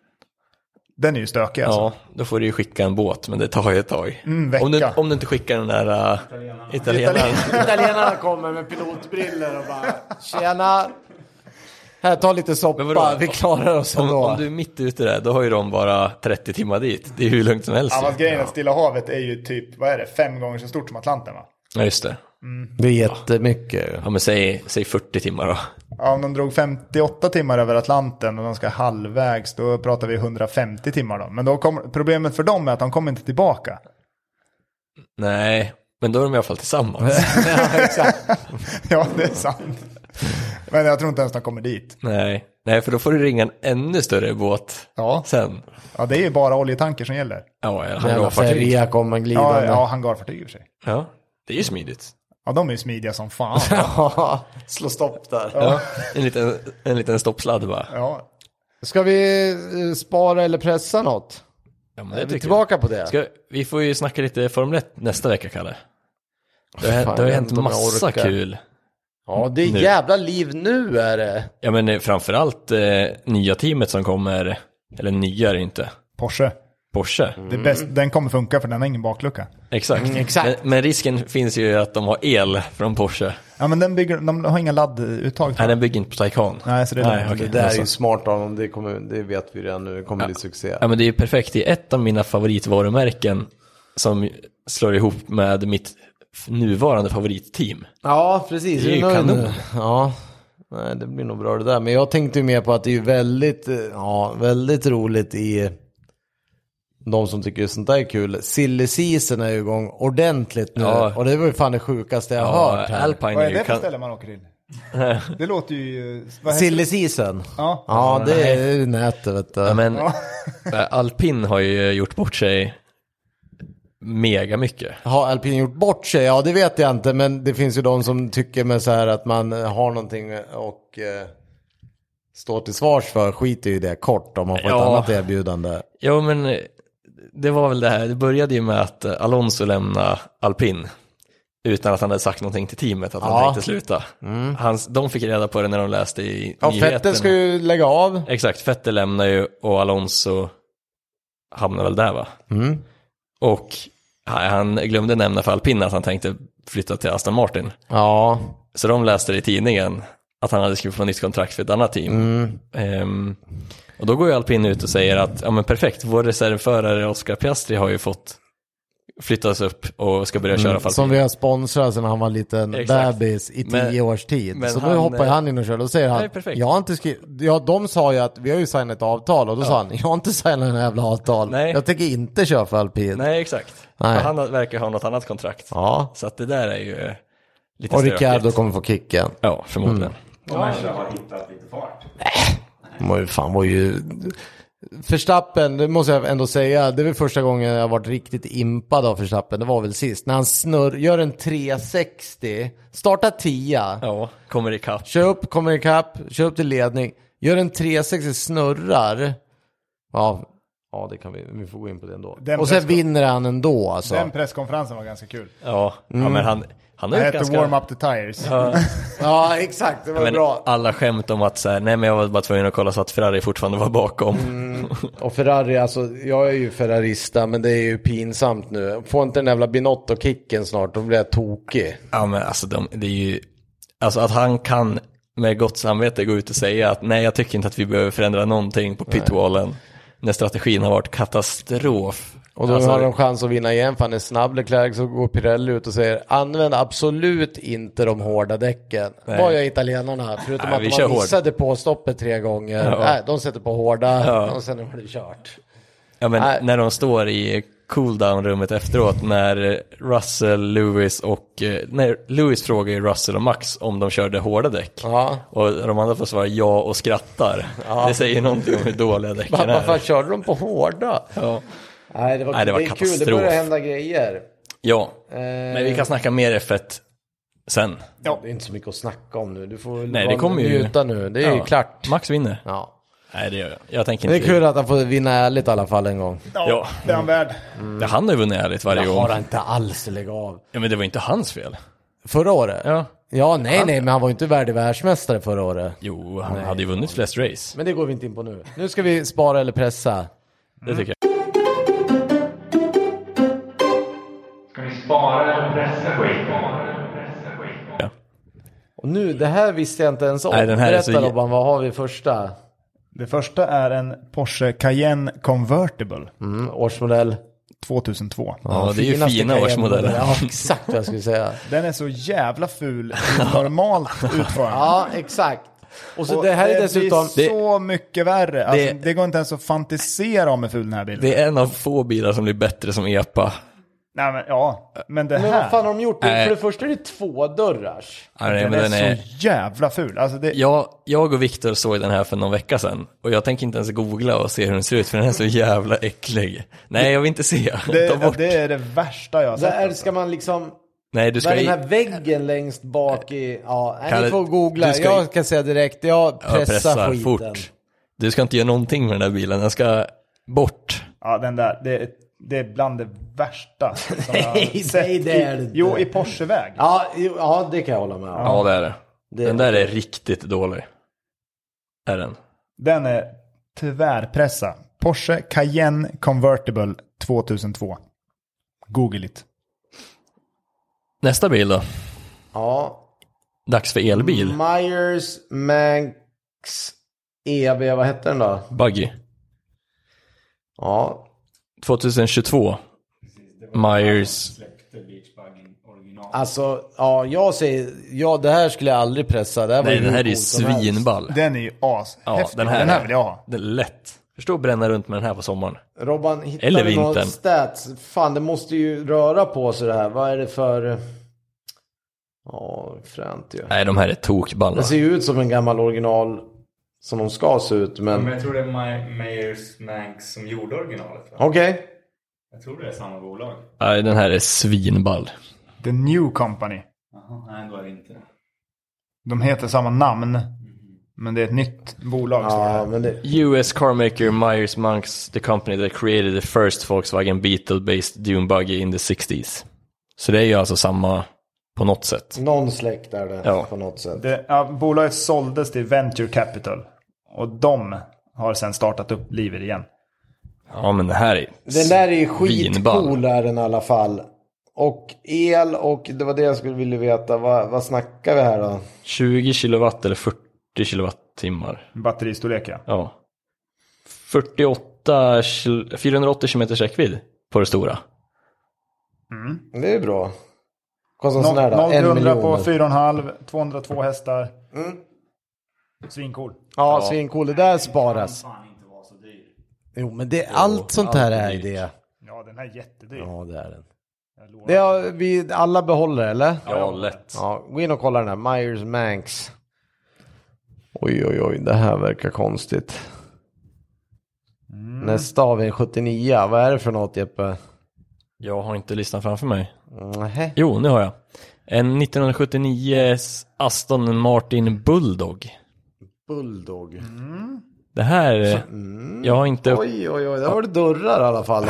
Den är ju stökig alltså. Ja, då får du ju skicka en båt, men det tar ju ett tag. Mm, vecka. om, du, om du inte skickar den där uh, italienaren. Italienarna kommer med pilotbriller och bara, tjena. Här, ta lite Men soppa, vadå? vi klarar oss Om, ändå. om du är mitt ute där, då har ju de bara trettio timmar dit. Det är hur lugnt som helst. Ja, fast grejen är att Stilla havet är ju typ, vad är det, fem gånger så stort som Atlanten, va? Ja, just det. Det är jättemycket. Ja, men säg, säg fyrtio timmar då. Ja, om de drog femtioåtta timmar över Atlanten och de ska halvvägs, då pratar vi hundrafemtio timmar då. Men då kommer, problemet för dem är att de kommer inte tillbaka. Nej, men då är de i alla fall tillsammans. Ja, exakt. Ja, det är sant. Men jag tror inte ens de kommer dit. Nej. Nej, för då får du ringa en ännu större båt Ja, sen. ja det är ju bara oljetanker som gäller. Ja, Jävla hangarfartyg. färja kommer Ja, glidande. ja hangarfartyg i och för sig. Ja, det är ju smidigt. Ja, de är ju smidiga som fan. Ja, slå stopp där. Ja. En liten, en liten stoppsladd bara. Ja, Ska vi eh, spara eller pressa något? Ja, men Är det vi tycker tillbaka på det? jag. Ska, vi får ju snacka lite Formel ett nästa vecka, Kalle. Det har, Fan, det har ju jag hänt vet inte om jag massa orkar. kul. Ja, det är Nu. jävla liv nu är det. Ja, men eh, framförallt eh, nya teamet som kommer, eller nya är det inte, Porsche. Porsche. Det är bäst, den kommer funka för den har ingen baklucka. Exakt. Mm, exakt. Men, men risken finns ju att de har el från Porsche. Ja, men den bygger, de har inga ladduttag. Nej, den bygger inte på Taycan. Nej, så det är Nej, lugnt. okej. Det där är alltså. ju smart av dem, det, kommer, det vet vi redan nu, det kommer bli succé. Ja, men det är ju perfekt. Det är ett av mina favoritvarumärken som slår ihop med mitt nuvarande favoritteam. Ja, precis. Det är ju nöjd kanon. nu? Ja, nej, det blir nog bra det där. Men jag tänkte ju mer på att det är ju väldigt, eh, ja, väldigt roligt i de som tycker sånt där är kul. Silly season är ju igång ordentligt nu. Ja. Och det var ju fan det sjukaste jag har hört här. Alpine Vad är är ju det för kan... ställe man åker till? Det låter ju... vad heter Silly det? season? Ja. Ja, det är ju nätet vet du. Ja, men äh, Alpin har ju gjort bort sig mega mycket. Har Alpin gjort bort sig? Ja, det vet jag inte. Men det finns ju de som tycker med så här att man har någonting och eh, står till svars för. Skiter ju i det kort om man får Ja. ett annat erbjudande. Ja, men eh, det var väl det här. Det började ju med att eh, Alonso lämnade Alpin utan att han hade sagt någonting till teamet att han Ja. tänkte sluta. Mm. Hans, de fick reda på det när de läste i Ja, nyheterna. Vettel ska ju lägga av. Exakt, Vettel lämnar ju och Alonso hamnar väl där, va? Mm. Och ja, han glömde nämna för Alpin att han tänkte flytta till Aston Martin. Ja. Så de läste det i tidningen att han hade skrivit på nytt kontrakt för ett annat team. Mm. Ehm, och då går ju Alpin ut och säger att ja men perfekt, vår reservförare Oscar Piastri har ju fått flyttas upp och ska börja köra för Alpin. Som vi har sponsrat sedan han var liten Exakt. bebis i tio Men- års tid. men Så nu han, hoppar eh, han in och kör. Då säger han, nej, perfekt. jag har inte skrivit, ja de sa ju att vi har ju signat ett avtal. Och då sa han, jag har inte signat en jävla avtal. Nej. Jag tänker inte köra för Alpin. Nej, exakt. Nej. Han har- verkar ha något annot kontrakt. Ja. Så att det där är ju eh, lite Och stökigt. Ricciardo kommer få kicken. Ja, förmodligen. De kanske har hittat lite fart. De var ju, fan var ju... Verstappen, det måste jag ändå säga, det är väl första gången jag har varit riktigt impad av Verstappen. Det var väl sist. När han snurr, gör en tre sextio, startar tia, Ja, kommer ikapp. kör upp, kommer ikapp, kör upp till ledning, gör en tre sextio, snurrar. Ja, ja det kan vi, vi får gå in på det ändå. Den och sen presskom- vinner han ändå alltså. Den presskonferensen var ganska kul. Ja, ja men han, han har Det gjort hette ganska... Warm Up the Tires. Ja, Ja, exakt, det var men bra. alla skämt om att så här, nej men jag var bara tvungen att kolla så att Ferrari fortfarande var bakom. Och Ferrari, alltså jag är ju ferrarista, men det är ju pinsamt nu. Får inte den jävla Binotto-kicken snart, då blir jag tokig. Ja men alltså de, det är ju, alltså att han kan med gott samvete gå ut och säga att nej jag tycker inte att vi behöver förändra någonting på pitwallen. När strategin har varit katastrof. Och då alltså, har de chans att vinna igen, för han är snabb. Leclerc, så går Pirelli ut och säger, använd absolut inte de hårda däcken. Nej. Vad gör italienarna? Förutom Nej, att vi de kör har hård. missade påstoppet tre gånger. Ja. Nej, de sätter på hårda Ja. och sen är det kört. ja men Nej. när de står i cooldown-rummet efteråt när Russell, Lewis och eh, när Lewis frågar ju Russell och Max om de körde hårda däck. Ja. Och de andra får svara ja och skrattar. Ja. Det säger någonting om hur dåliga däcken Va- Varför är. körde de på hårda? Ja. Nej, det var, Nej, det var det är kul, det katastrof. börjar hända grejer. ja, Eh, men vi kan snacka mer F ett sen. Ja. Det är inte så mycket att snacka om nu. Du får Nej, det kommer ju- njuta nu. Det är Ja, ju klart. Max vinner. Ja. Nej, det gör jag. Jag tänker Det är inte... kul att han får vinna ärligt i alla fall en gång. Ja, Ja. det är han värd. Ja, han har ju vunnit ärligt varje Jag gång. har han inte alls att lägga av. Ja, men det var inte hans fel. Förra året? Ja. Ja, nej, nej, men han var ju inte värdig världsmästare förra året. Jo, han hade ju vunnit flest race. Men det går vi inte in på nu. Nu ska vi spara eller pressa. Det tycker jag. Ska vi spara eller pressa skiten? Ja. Och nu, det här visste jag inte ens om. Nej, den här är Berätta så- Robban, vad har vi första? Det första är en Porsche Cayenne Convertible Mm, årsmodell. tvåtusentvå. Ja, det är ju finaste fina Cayenne- årsmodeller. Ja, exakt vad jag skulle säga. Den är så jävla ful i normalt utförande. Ja, exakt. Och så Och det här är dessutom... blir så mycket värre. Alltså, Det- det... går inte ens att fantisera om hur ful den här bilen. Det är en av få bilar som blir bättre som E P A. Nej, men, ja, men det Men här. vad fan har de gjort? Nej. För det första är det två dörrars. Ja, nej, den, men är den är... så jävla ful. Alltså det... Jag, jag och Viktor såg den här för någon vecka sedan. Och jag tänker inte ens googla och se hur den ser ut, för den är så jävla äcklig. Nej, jag vill inte se. Ta Det, bort. det är det värsta jag har sett. Där ska man liksom... Nej, du ska Där den i... här väggen längst bak i... Ja, nej, Kalle, ni får googla. du ska Jag i- kan säga direkt, jag Ja, pressar pressa skiten. fort. Du ska inte göra någonting med den där bilen. Den ska bort. Ja, den där, det, är- det är bland det värsta som jag har Nej, sett. nej, det är det i, inte. jo, i Porsche-väg. Ja, jo, ja, det kan jag hålla med om. Ja, det är det. Det- Den där är riktigt dålig. Är den. Den är tvärpressa. Porsche Cayenne Convertible tvåtusentvå. Google it. Nästa bil då. Ja. Dags för elbil. Myers Manx E V, vad hette den då? Buggy. Ja. tjugohundratjugotvå. Myers. Släppte Beachbuggen original. Alltså, ja, jag säger, ja, det här skulle jag aldrig pressa. Det här var Nej, ju den här är ju hur coolt som helst. svinball. Den är ju as. Ja, häftig. den här, den här vill jag ha. Det är lätt. Förstå att bränna runt med den här på sommaren. Robban, hittar Eller du någon vintern. stats? Fan, det måste ju röra på sig det här. Vad är det för... Ja, fränt ju. Nej, de här är tokballa. Det ser ju ut som en gammal original som de ska se ut, Men men... jag tror det är My- Mayers Manx som gjorde originalet, va? Okej. Jag tror det är samma bolag. Nej, den här är svinball. The New Company. Jaha, nej då är det inte. De heter samma namn. Men det är ett nytt bolag. står det Ja, här. men det... U S carmaker Myers Manx, the company that created the first Volkswagen Beetle-based dune buggy in the sextiotalet. Så det är ju alltså samma på något sätt. Någon släkt är det Ja. på något sätt. Det, ja, bolaget såldes till Venture Capital. Och de har sedan startat upp livet igen. Ja, men det här är Den där är svinball. skitcool är den i alla fall. Och el, och det var det jag skulle vilja veta. Vad, vad snackar vi här då? tjugo kilowatt eller fyrtio kilowattimmar. Batteristorlek, ja. Ja. fyrtioåtta, kil- fyrahundraåttio kilometers räckvidd på det stora. Det är bra. Kostar sån här då? noll En till hundra på miljon. fyra komma fem, tvåhundratvå hästar. Svincool. Ja, svincool. Det där sparas. Fan inte vara så dyr. Jo, men det, allt sånt här är dyrt. det. Ja, den här är jättedyr. Ja, det är den. Jag lovar. Det har vi alla behåller, eller? Ja, lätt. Ja, gå in och kolla den här. Myers Manx. Oj, oj, oj. Det här verkar konstigt. Nästa har vi en sjuttionio. Vad är det för något, Jeppe? Jag har inte listan framför mig. Nähä. Jo, nu har jag. En nittonhundrasjuttionio Aston Martin Bulldog. Bulldog. Det här, jag har inte... Oj, oj, oj. Där har du dörrar i alla fall.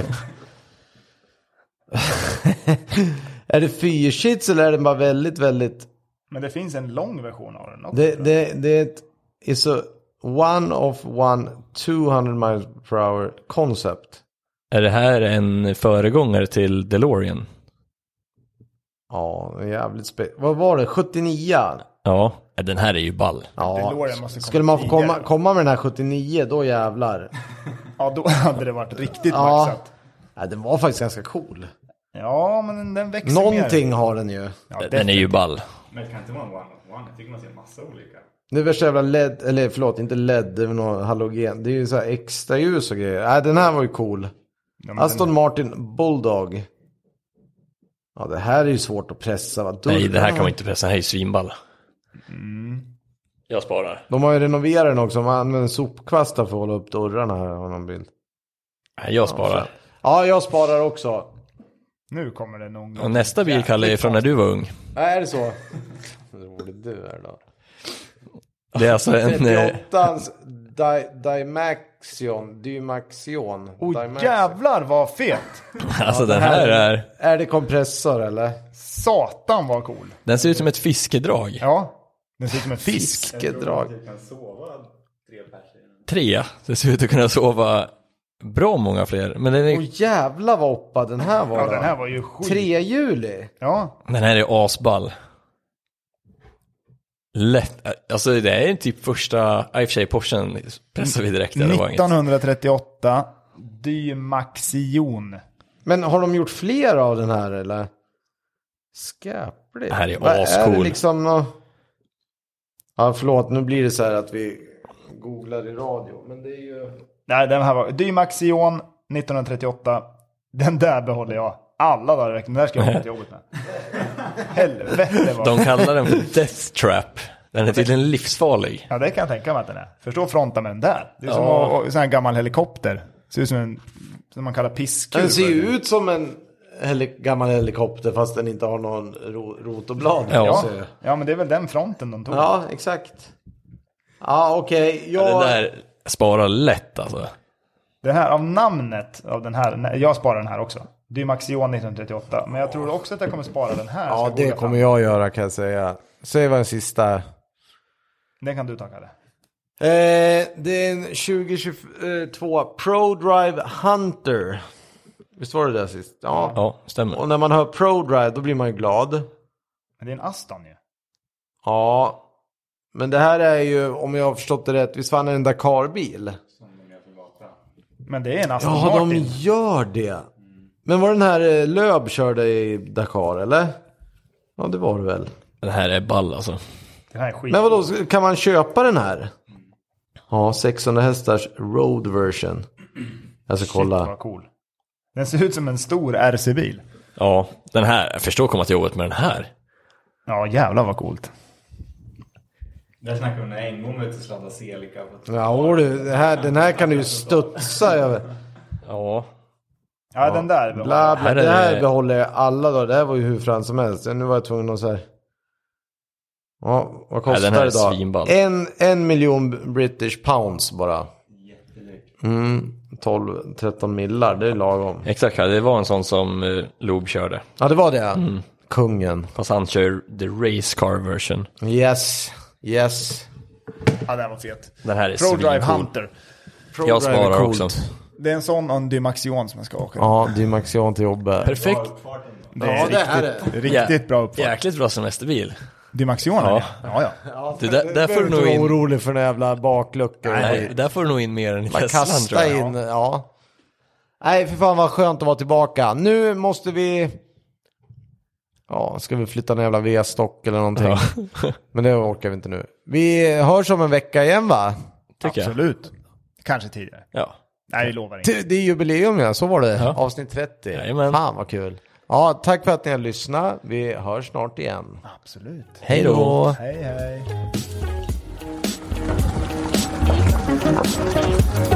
Är det fyrshits eller är det bara väldigt, väldigt... Men det finns en lång version av den också. Det, det, det är ett... It's a one of one tvåhundra miles per hour concept. Är det här en föregångare till DeLorean? Ja, jävligt spe... Vad var det? sjuttionio? Ja, den här är ju ball. Ja, DeLorean måste komma skulle man få komma, tidigare. komma med den här sjuttionio, då jävlar. Ja, då hade det varit riktigt Ja. maxat. Ja, den var faktiskt ganska cool. Ja, men den, den växer Någonting mer. har den ju. Ja, Den är ju ball. Men det kan inte vara en one of one. Jag tycker man ser massa olika. Det är värsta jävla L E D, eller förlåt, inte L E D, det är något halogen. Det är ju så här extra ljus och grejer. Nej, den här var ju cool. Ja, men Aston den, Martin Bulldog. Ja, det här är ju svårt att pressa. Va? Nej, det här kan man inte pressa. Den här är ju svinball. Mm. Jag sparar. De har ju renoverat den också. Man använder sopkvastar för att hålla upp dörrarna här. Har någon bild. Nej, jag sparar. Ja, jag sparar också. Nu kommer det någon gång. Och nästa bil, Kalle, är från när du var ung. Nej, är det så? Vad roligt du är då. Det är alltså en... eh, trettioåttans Di- Dymaxion. Dymaxion. Åh Dymaxion. jävlar vad fet. Alltså den här är... Är det kompressor eller? Satan vad cool. Den ser ut som ett fiskedrag. Ja, den ser ut som en fisk. Fiskedrag. Du kan sova tre personer. Tre. Det ser ut att kunna sova bra många fler. Men den, är... Åh jävla vad oppa den här var Ja, då. den här var ju skit. Trehjulig. Ja, den här är asball. Lätt. Alltså det är typ första... I och för sig, Porschen pressar vi direkt. Eller var inget. nittonhundratrettioåtta Dymaxion. Men har de gjort fler av den här eller? Skapligt. Det här är Vad Är ascool. det liksom nå... Ja, förlåt. Nu blir det så här att vi googlar i radio. Men det är ju... Nej, den här var Dymaxion nittonhundratrettioåtta. Den där behåller jag alla dagar i veckan. Den där ska jag ha till jobbet med. Helvete vad... De kallar den för Death Trap. Den är tydligen livsfarlig. Ja, det kan jag tänka mig att den är. Förstå att fronta med den där. Det är som Ja. en sån här gammal helikopter. Ser ut som en, som man kallar piskur. Den ser ju ut som en heli- gammal helikopter fast den inte har någon ro- rotorblad. Ja. Ja. Så- ja, men det är väl den fronten de tog. ja, exakt. Ja, okej. Ja, Jag... det där sparar lätt alltså. Det här, av namnet av den här, jag sparar den här också. Dymaxion nittonhundratrettioåtta. Men jag tror också att jag kommer spara den här. Ja, Så det googla kommer fram. jag göra kan jag säga. Säg vad den sista är. Den kan du ta, Kalle. Eh, det är en tjugo tjugotvå ProDrive Hunter. Visst var det där sist? Ja. Ja, stämmer. Och när man hör ProDrive då blir man ju glad. Men det är en Aston ju. Ja. Men det här är ju, om jag har förstått det rätt, visst fan är det en Dakar-bil? Som de gör för gatan. Men det är en Aston Ja, de Martin. gör det. Men var den här eh, Löb körde i Dakar, eller? Ja, det var det väl. Den här är ball alltså. Den här är skit. Men vadå, kan man köpa den här? Ja, sexhundra hästars road version. Jag ska Shit, kolla. vad cool. Den ser ut som en stor R C-bil. Ja, den här. Jag förstår komma till jobbet med den här. Ja, jävlar vad coolt. Där snackar vi när en gång vet du sladda Celica. Ja, du, det här, den här kan du ju studsa över. Ja. Ja, den där. är bra. Bla, bla. Här är Det här det- behåller alla då. Det här var ju hur fram som helst. Nu var jag tvungen att säga. Ja, vad kostar den här är det då? svinball. En, en miljon British pounds bara. Jättedyrt. Mm, tolv tretton millar, det är lagom. Exakt, det var en sån som uh, Loob körde. Ja, det var det. Kungen. Fast han kör the race car version. Yes, yes. Ja, den var fet. Den här är ProDrive svincool. Hunter. Jag sparar Coolt. också. Det är en sån och en Dymaxion som jag ska åka. Ja, det är Maxion till jobbet. Perfekt. Det är Ja, det här riktigt, riktigt Ja. bra uppfart. Jäkligt bra semesterbil. Dymaxion, Ja. ja. ja, ja. Det där, där får du inte nog vara in... orolig för den jävla bakluckor. Nej, där får du nog in mer än i Man Teslan, tror kastar jag. in, ja. Nej, för fan vad skönt att vara tillbaka. Nu måste vi... Ja, ska vi flytta en jävla V-stock eller någonting? Ja. Men det orkar vi inte nu. Vi hörs om en vecka igen, va? Tycker jag. Absolut. Kanske tidigare. Ja. Nej, vi lovar inte. Det det är jubileum, ja. Så var det. Ja. Avsnitt trettio. Jajamän. Fan vad kul. Ja, tack för att ni har lyssnat. Vi hörs snart igen. Absolut. Hej då. Hej, hej.